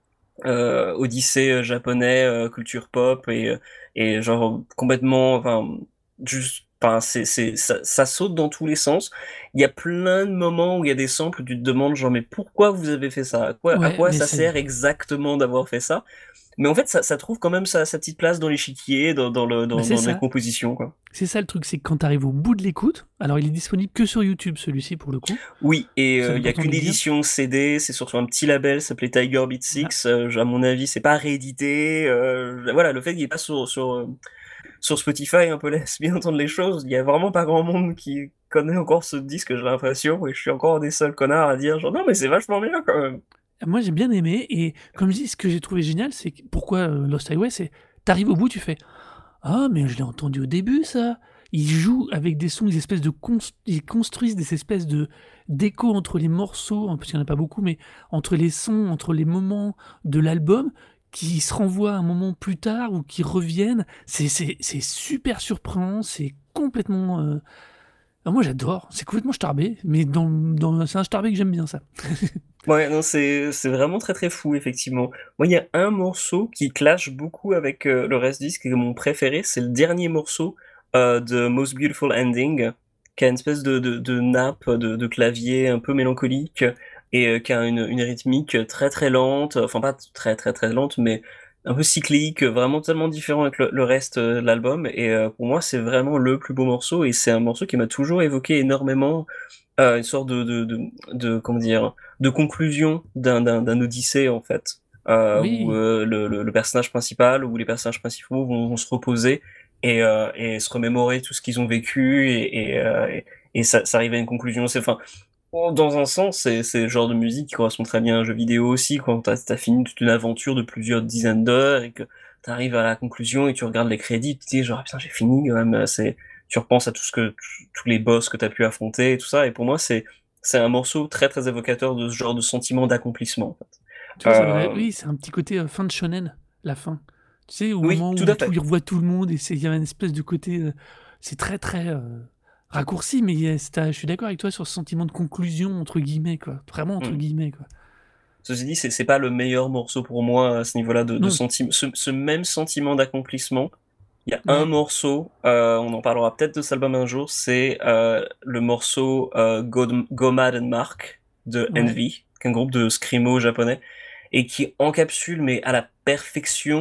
S2: euh, Odyssée euh, japonais, euh, culture pop et, euh, et genre complètement, enfin, juste, enfin, c'est, c'est, ça, ça saute dans tous les sens. Il y a plein de moments où il y a des samples où tu te demandes genre, mais pourquoi vous avez fait ça? À quoi, à
S1: Ouais,
S2: quoi
S1: mais
S2: ça
S1: c'est
S2: sert exactement d'avoir fait ça? Mais en fait, ça, ça trouve quand même sa, sa petite place dans l'échiquier, dans, dans, le,
S1: bah,
S2: dans,
S1: c'est
S2: dans les
S1: ça.
S2: compositions, quoi.
S1: C'est ça le truc, c'est que quand tu arrives au bout de l'écoute, alors il est disponible que sur YouTube celui-ci pour le coup,
S2: Oui, et
S1: c'est
S2: euh, il y a
S1: important de
S2: qu'une
S1: le dire.
S2: édition C D, c'est sur un petit label, ça s'appelait Tiger Beat
S1: Voilà.
S2: Six. Euh, à mon avis, c'est pas réédité. Euh, voilà, le fait qu'il est pas sur, sur, euh, sur Spotify un peu laisse bien entendre les choses. Il y a vraiment pas grand monde qui connaît encore ce disque, j'ai l'impression, et je suis encore un des seuls connards à dire genre non mais c'est vachement bien quand même.
S1: Moi j'ai bien aimé, et comme je dis, ce que j'ai trouvé génial, c'est que- pourquoi euh, Lost Highway, c'est t'arrives au bout, tu fais ah, mais je l'ai entendu au début, ça. Ils jouent avec des sons, des espèces de cons- ils construisent des espèces de d'échos entre les morceaux, parce qu'il n'y en a pas beaucoup, mais entre les sons, entre les moments de l'album, qui se renvoient un moment plus tard ou qui reviennent. C'est c'est c'est super surprenant, c'est complètement. euh, ah, moi j'adore, c'est complètement starbé, mais dans, dans... c'est un starbé que j'aime bien ça.
S2: Ouais, non, c'est c'est vraiment très très fou, effectivement. Moi, il y a un morceau qui clash beaucoup avec euh, le reste du disque, et mon préféré, c'est le dernier morceau euh, de Most Beautiful Ending, qui a une espèce de, de, de nappe de, de clavier un peu mélancolique, et euh, qui a une, une rythmique très très lente, enfin pas très très très lente, mais un peu cyclique, vraiment tellement différent avec le, le reste euh, de l'album, et euh, pour moi, c'est vraiment le plus beau morceau, et c'est un morceau qui m'a toujours évoqué énormément euh, une sorte de, de, de, de comment dire, de conclusion d'un d'un d'un Odyssée en fait, euh, où
S1: Oui,
S2: euh, le, le, le personnage principal ou les personnages principaux vont, vont se reposer et, euh, et se remémorer tout ce qu'ils ont vécu et, et, euh, et, et ça, ça arrive à une conclusion. C'est enfin oh, dans un sens, c'est c'est le genre de musique qui correspond très bien à un jeu vidéo aussi, quand t'as t'as fini toute une aventure de plusieurs dizaines d'heures et que t'arrives à la conclusion et tu regardes les crédits, tu te dis genre ah, putain j'ai fini quand même, c'est tu repenses à tout ce que tous les boss que t'as pu affronter et tout ça, et pour moi c'est c'est un morceau très très évocateur de ce genre de sentiment d'accomplissement en fait.
S1: tu vois, ça me...
S2: Euh,
S1: oui, c'est un petit côté euh, fin de shonen, la fin. Tu sais, au
S2: oui,
S1: moment
S2: tout
S1: où
S2: à
S1: tout,
S2: fait.
S1: il revoit tout le monde, et c'est- il y a une espèce de côté. euh, c'est très, très euh, raccourci, mais il y a- c'est- je suis d'accord avec toi sur ce sentiment de conclusion, entre guillemets, quoi. Vraiment, entre
S2: Mm.
S1: guillemets, quoi.
S2: Ceci dit, c'est c'est pas le meilleur morceau pour moi à ce niveau-là de, de
S1: Non,
S2: sentiment, ce, ce même sentiment d'accomplissement. Il y a un
S1: ouais,
S2: morceau, euh, on en parlera peut-être de cet album un jour, c'est euh, le morceau euh, Go, Go Mad and Mark de
S1: ouais.
S2: Envy, qui est un groupe de screamo japonais, et qui encapsule, mais à la perfection,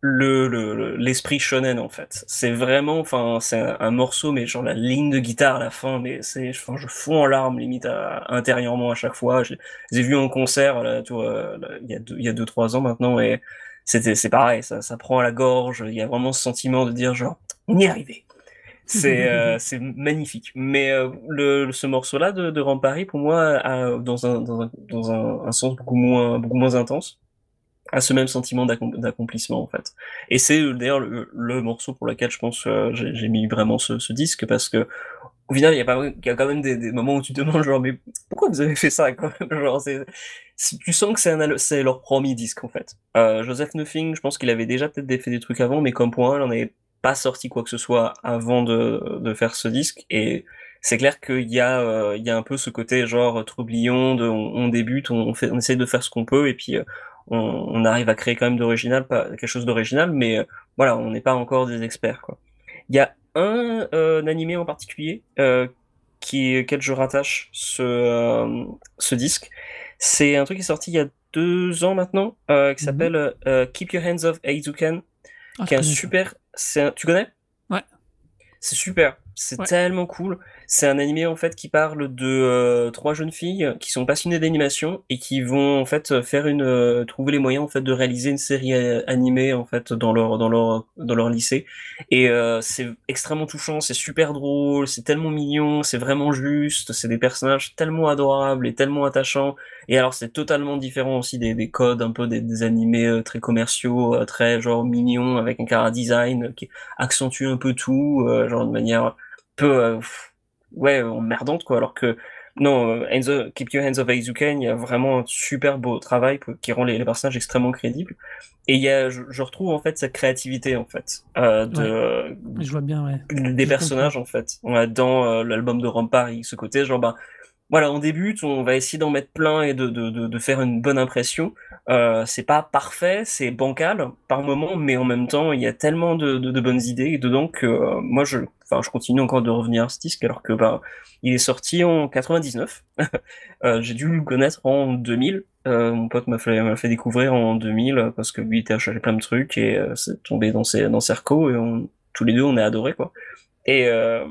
S2: le, le, le- l'esprit shonen en fait. C'est vraiment, enfin, c'est un, un morceau, mais genre la ligne de guitare à la fin, mais c'est, enfin, je fonds en larmes limite à- intérieurement à chaque fois. Je les ai vus en concert là, tout, euh, là, il y a deux, il y a deux trois ans maintenant et c'était, c'est pareil, ça, ça prend à la gorge. Il y a vraiment ce sentiment de dire genre, on y est arrivé. C'est euh, c'est magnifique. Mais euh, le, ce morceau-là de, de Rampari, pour moi, a, dans un dans un dans un, un sens beaucoup moins beaucoup moins intense, a ce même sentiment d'accom- d'accomplissement en fait. Et c'est euh, d'ailleurs le, le morceau pour lequel je pense euh, j'ai j'ai mis vraiment ce, ce disque parce que au final il y a pas il y a quand même des, des moments où tu te demandes genre mais pourquoi vous avez fait ça quoi genre c'est c'est- tu sens que c'est un al- c'est leur premier disque en fait. Euh, Joseph Nothing, je pense qu'il avait déjà peut-être des- fait des trucs avant mais comme point il en avait pas sorti quoi que ce soit avant de de faire ce disque et c'est clair qu'il y a euh, il y a un peu ce côté genre troublion de on, on débute on, on fait on essaie de faire ce qu'on peut et puis euh, on, on arrive à créer quand même d'original, pas quelque chose d'original, mais euh, voilà, on n'est pas encore des experts, quoi. Il y a un, euh, animé en particulier euh, qui, auquel je rattache ce, euh, ce disque. C'est un truc qui est sorti il y a deux ans maintenant, euh, qui
S1: Mhm.
S2: s'appelle euh, Keep Your Hands Off Eizouken,
S1: Ah, je
S2: qui est un
S1: connais ça.
S2: super. C'est un- Tu connais?
S1: Ouais,
S2: C'est super, c'est
S1: ouais.
S2: tellement cool. C'est un animé en fait qui parle de euh, trois jeunes filles qui sont passionnées d'animation et qui vont en fait faire une euh, trouver les moyens en fait de réaliser une série euh, animée en fait dans leur dans leur dans leur lycée. Et euh, c'est extrêmement touchant, c'est super drôle, c'est tellement mignon, c'est vraiment juste, c'est des personnages tellement adorables et tellement attachants. Et alors c'est totalement différent aussi des, des codes un peu des, des animés euh, très commerciaux, euh, très genre mignons avec un chara design qui accentue un peu tout, euh, genre de manière un peu euh, pff, ouais emmerdante quoi. Alors que non, euh, Hands Keep Your Hands Off Eizouken, il y a vraiment un super beau travail pour- qui rend les, les personnages extrêmement crédibles. Et il y a, je, je retrouve en fait cette créativité en fait euh,
S1: Ouais,
S2: de
S1: je vois bien, ouais.
S2: des
S1: Je comprends.
S2: personnages en fait. On a dans euh, l'album de Rampari ce côté genre bah voilà, on débute, on va essayer d'en mettre plein et de, de, de, de faire une bonne impression. Euh, c'est pas parfait, c'est bancal par moment, mais en même temps, il y a tellement de, de, de bonnes idées dedans que euh, moi, je, enfin, je continue encore de revenir à ce disque alors que bah, il est sorti en quatre-vingt-dix-neuf. Euh, j'ai dû le connaître en deux mille. Euh, mon pote m'a fait, m'a fait découvrir en deux mille parce que lui il était acheté plein de trucs et euh, c'est tombé dans ses, dans ses recos et on, tous les deux on est adorés quoi. Et euh,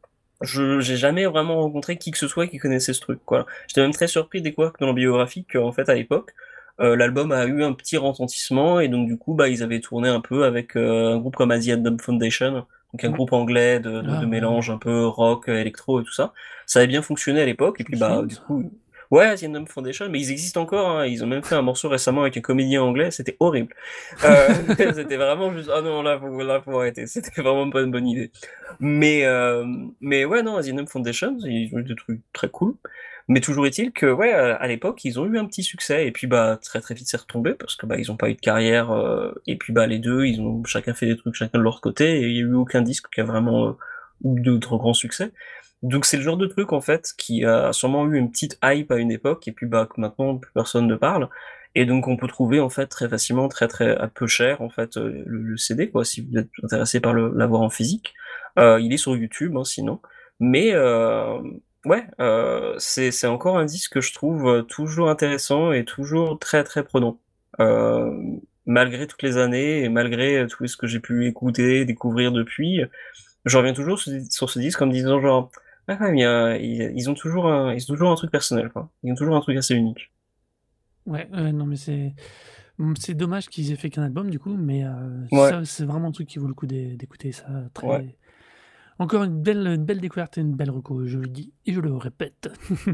S2: je j'ai jamais vraiment rencontré qui que ce soit qui connaissait ce truc quoi. J'étais même très surpris des quoi que dans la biographie qu'en fait à l'époque euh, l'album a eu un petit retentissement et donc du coup bah ils avaient tourné un peu avec euh, un groupe comme Asian Dub Foundation, donc un
S1: Mm.
S2: groupe anglais de, de, de
S1: Ah, ouais.
S2: mélange un peu rock, euh, électro et tout ça. Ça avait bien fonctionné à l'époque et puis bah
S1: Chouchine,
S2: du
S1: ça.
S2: coup ouais Asian Dub Foundation mais ils existent encore hein. Ils ont même fait un morceau récemment avec un comédien anglais, c'était horrible. Euh, c'était vraiment juste ah non là faut là faut arrêter, c'était vraiment pas une bonne idée. Mais, euh, mais ouais, non, Asylum Foundation, ils ont eu des trucs très cool. Mais toujours est-il que, ouais, à, à l'époque, ils ont eu un petit succès, et puis, bah, très très vite, c'est retombé, parce que, bah, ils ont pas eu de carrière, euh, et puis, bah, les deux, ils ont chacun fait des trucs chacun de leur côté, et il y a eu aucun disque qui a vraiment euh, eu de trop grands succès. Donc, c'est le genre de truc, en fait, qui a sûrement eu une petite hype à une époque, et puis, bah, que maintenant, plus personne ne parle. Et donc, on peut trouver, en fait, très facilement, très très, à peu cher, en fait, euh, le, le C D, quoi, si vous êtes intéressé par le, l'avoir en physique. Euh, il est sur YouTube, hein, sinon. Mais euh, ouais, euh, c'est c'est encore un disque que je trouve euh, toujours intéressant et toujours très très prenant. Euh, malgré toutes les années et malgré euh, tout ce que j'ai pu écouter, découvrir depuis, je reviens toujours sur, sur ce disque en me disant genre ah ouais, mais, euh, ils, ils ont toujours un ils ont toujours un truc personnel quoi. Ils ont toujours un truc assez unique.
S1: Ouais, ouais, non, mais c'est mm, c'est dommage qu'ils aient fait qu'un album, du coup, mais euh,
S2: Ouais,
S1: ça, c'est vraiment un truc qui vaut le coup d'é- d'écouter ça.
S2: ouais.
S1: Très... Encore une belle, une belle découverte et une belle reco, je le dis et je le répète.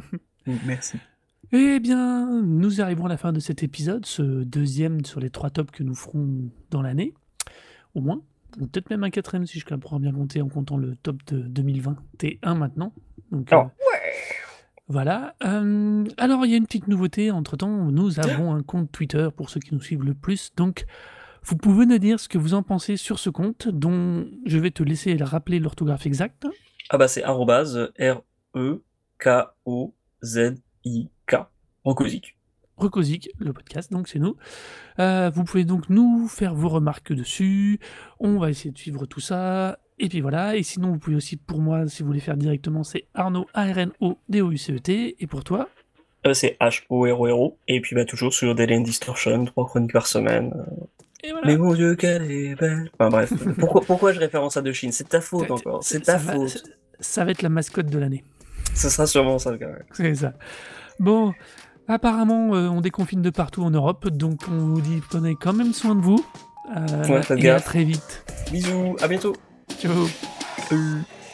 S2: Merci.
S1: Eh bien, nous arrivons à la fin de cet épisode, ce deuxième sur les trois tops que nous ferons dans l'année, au moins. Ou peut-être même un quatrième si je comprends bien compter en comptant le top de deux mille vingt et un maintenant. Donc euh,
S2: Alors, ouais.
S1: voilà. Euh, alors il y a une petite nouveauté, entre-temps, nous avons un compte Twitter pour ceux qui nous suivent le plus. Donc vous pouvez nous dire ce que vous en pensez sur ce compte, dont je vais te laisser rappeler l'orthographe exacte.
S2: Ah bah c'est arrobase R E K O Z I K. Rocosic.
S1: Recosic, le podcast, donc c'est nous. Euh, vous pouvez donc nous faire vos remarques dessus. On va essayer de suivre tout ça. Et puis voilà. Et sinon, vous pouvez aussi, pour moi, si vous voulez faire directement, c'est Arnaud, A R N O D O U C E T. Et pour toi,
S2: Euh, c'est H O R O R O. Et puis bah toujours sur Daily and Distortion, trois chroniques par semaine. euh,
S1: Et voilà.
S2: Mais mon Dieu, qu'elle est belle. Enfin bref, pourquoi, pourquoi je référence à De Chine? C'est ta faute
S1: T'as-
S2: encore,
S1: t'as-
S2: c'est ta
S1: ça va, ça,
S2: faute.
S1: ça va être la mascotte de l'année.
S2: Ce sera sûrement ça, quand même.
S1: C'est ça. Bon, apparemment, euh, on déconfine de partout en Europe, donc on vous dit prenez quand même soin de vous. Euh,
S2: Ouais, faites
S1: et à
S2: gaffe.
S1: très vite.
S2: Bisous, à bientôt.
S1: Ciao.
S2: Euh.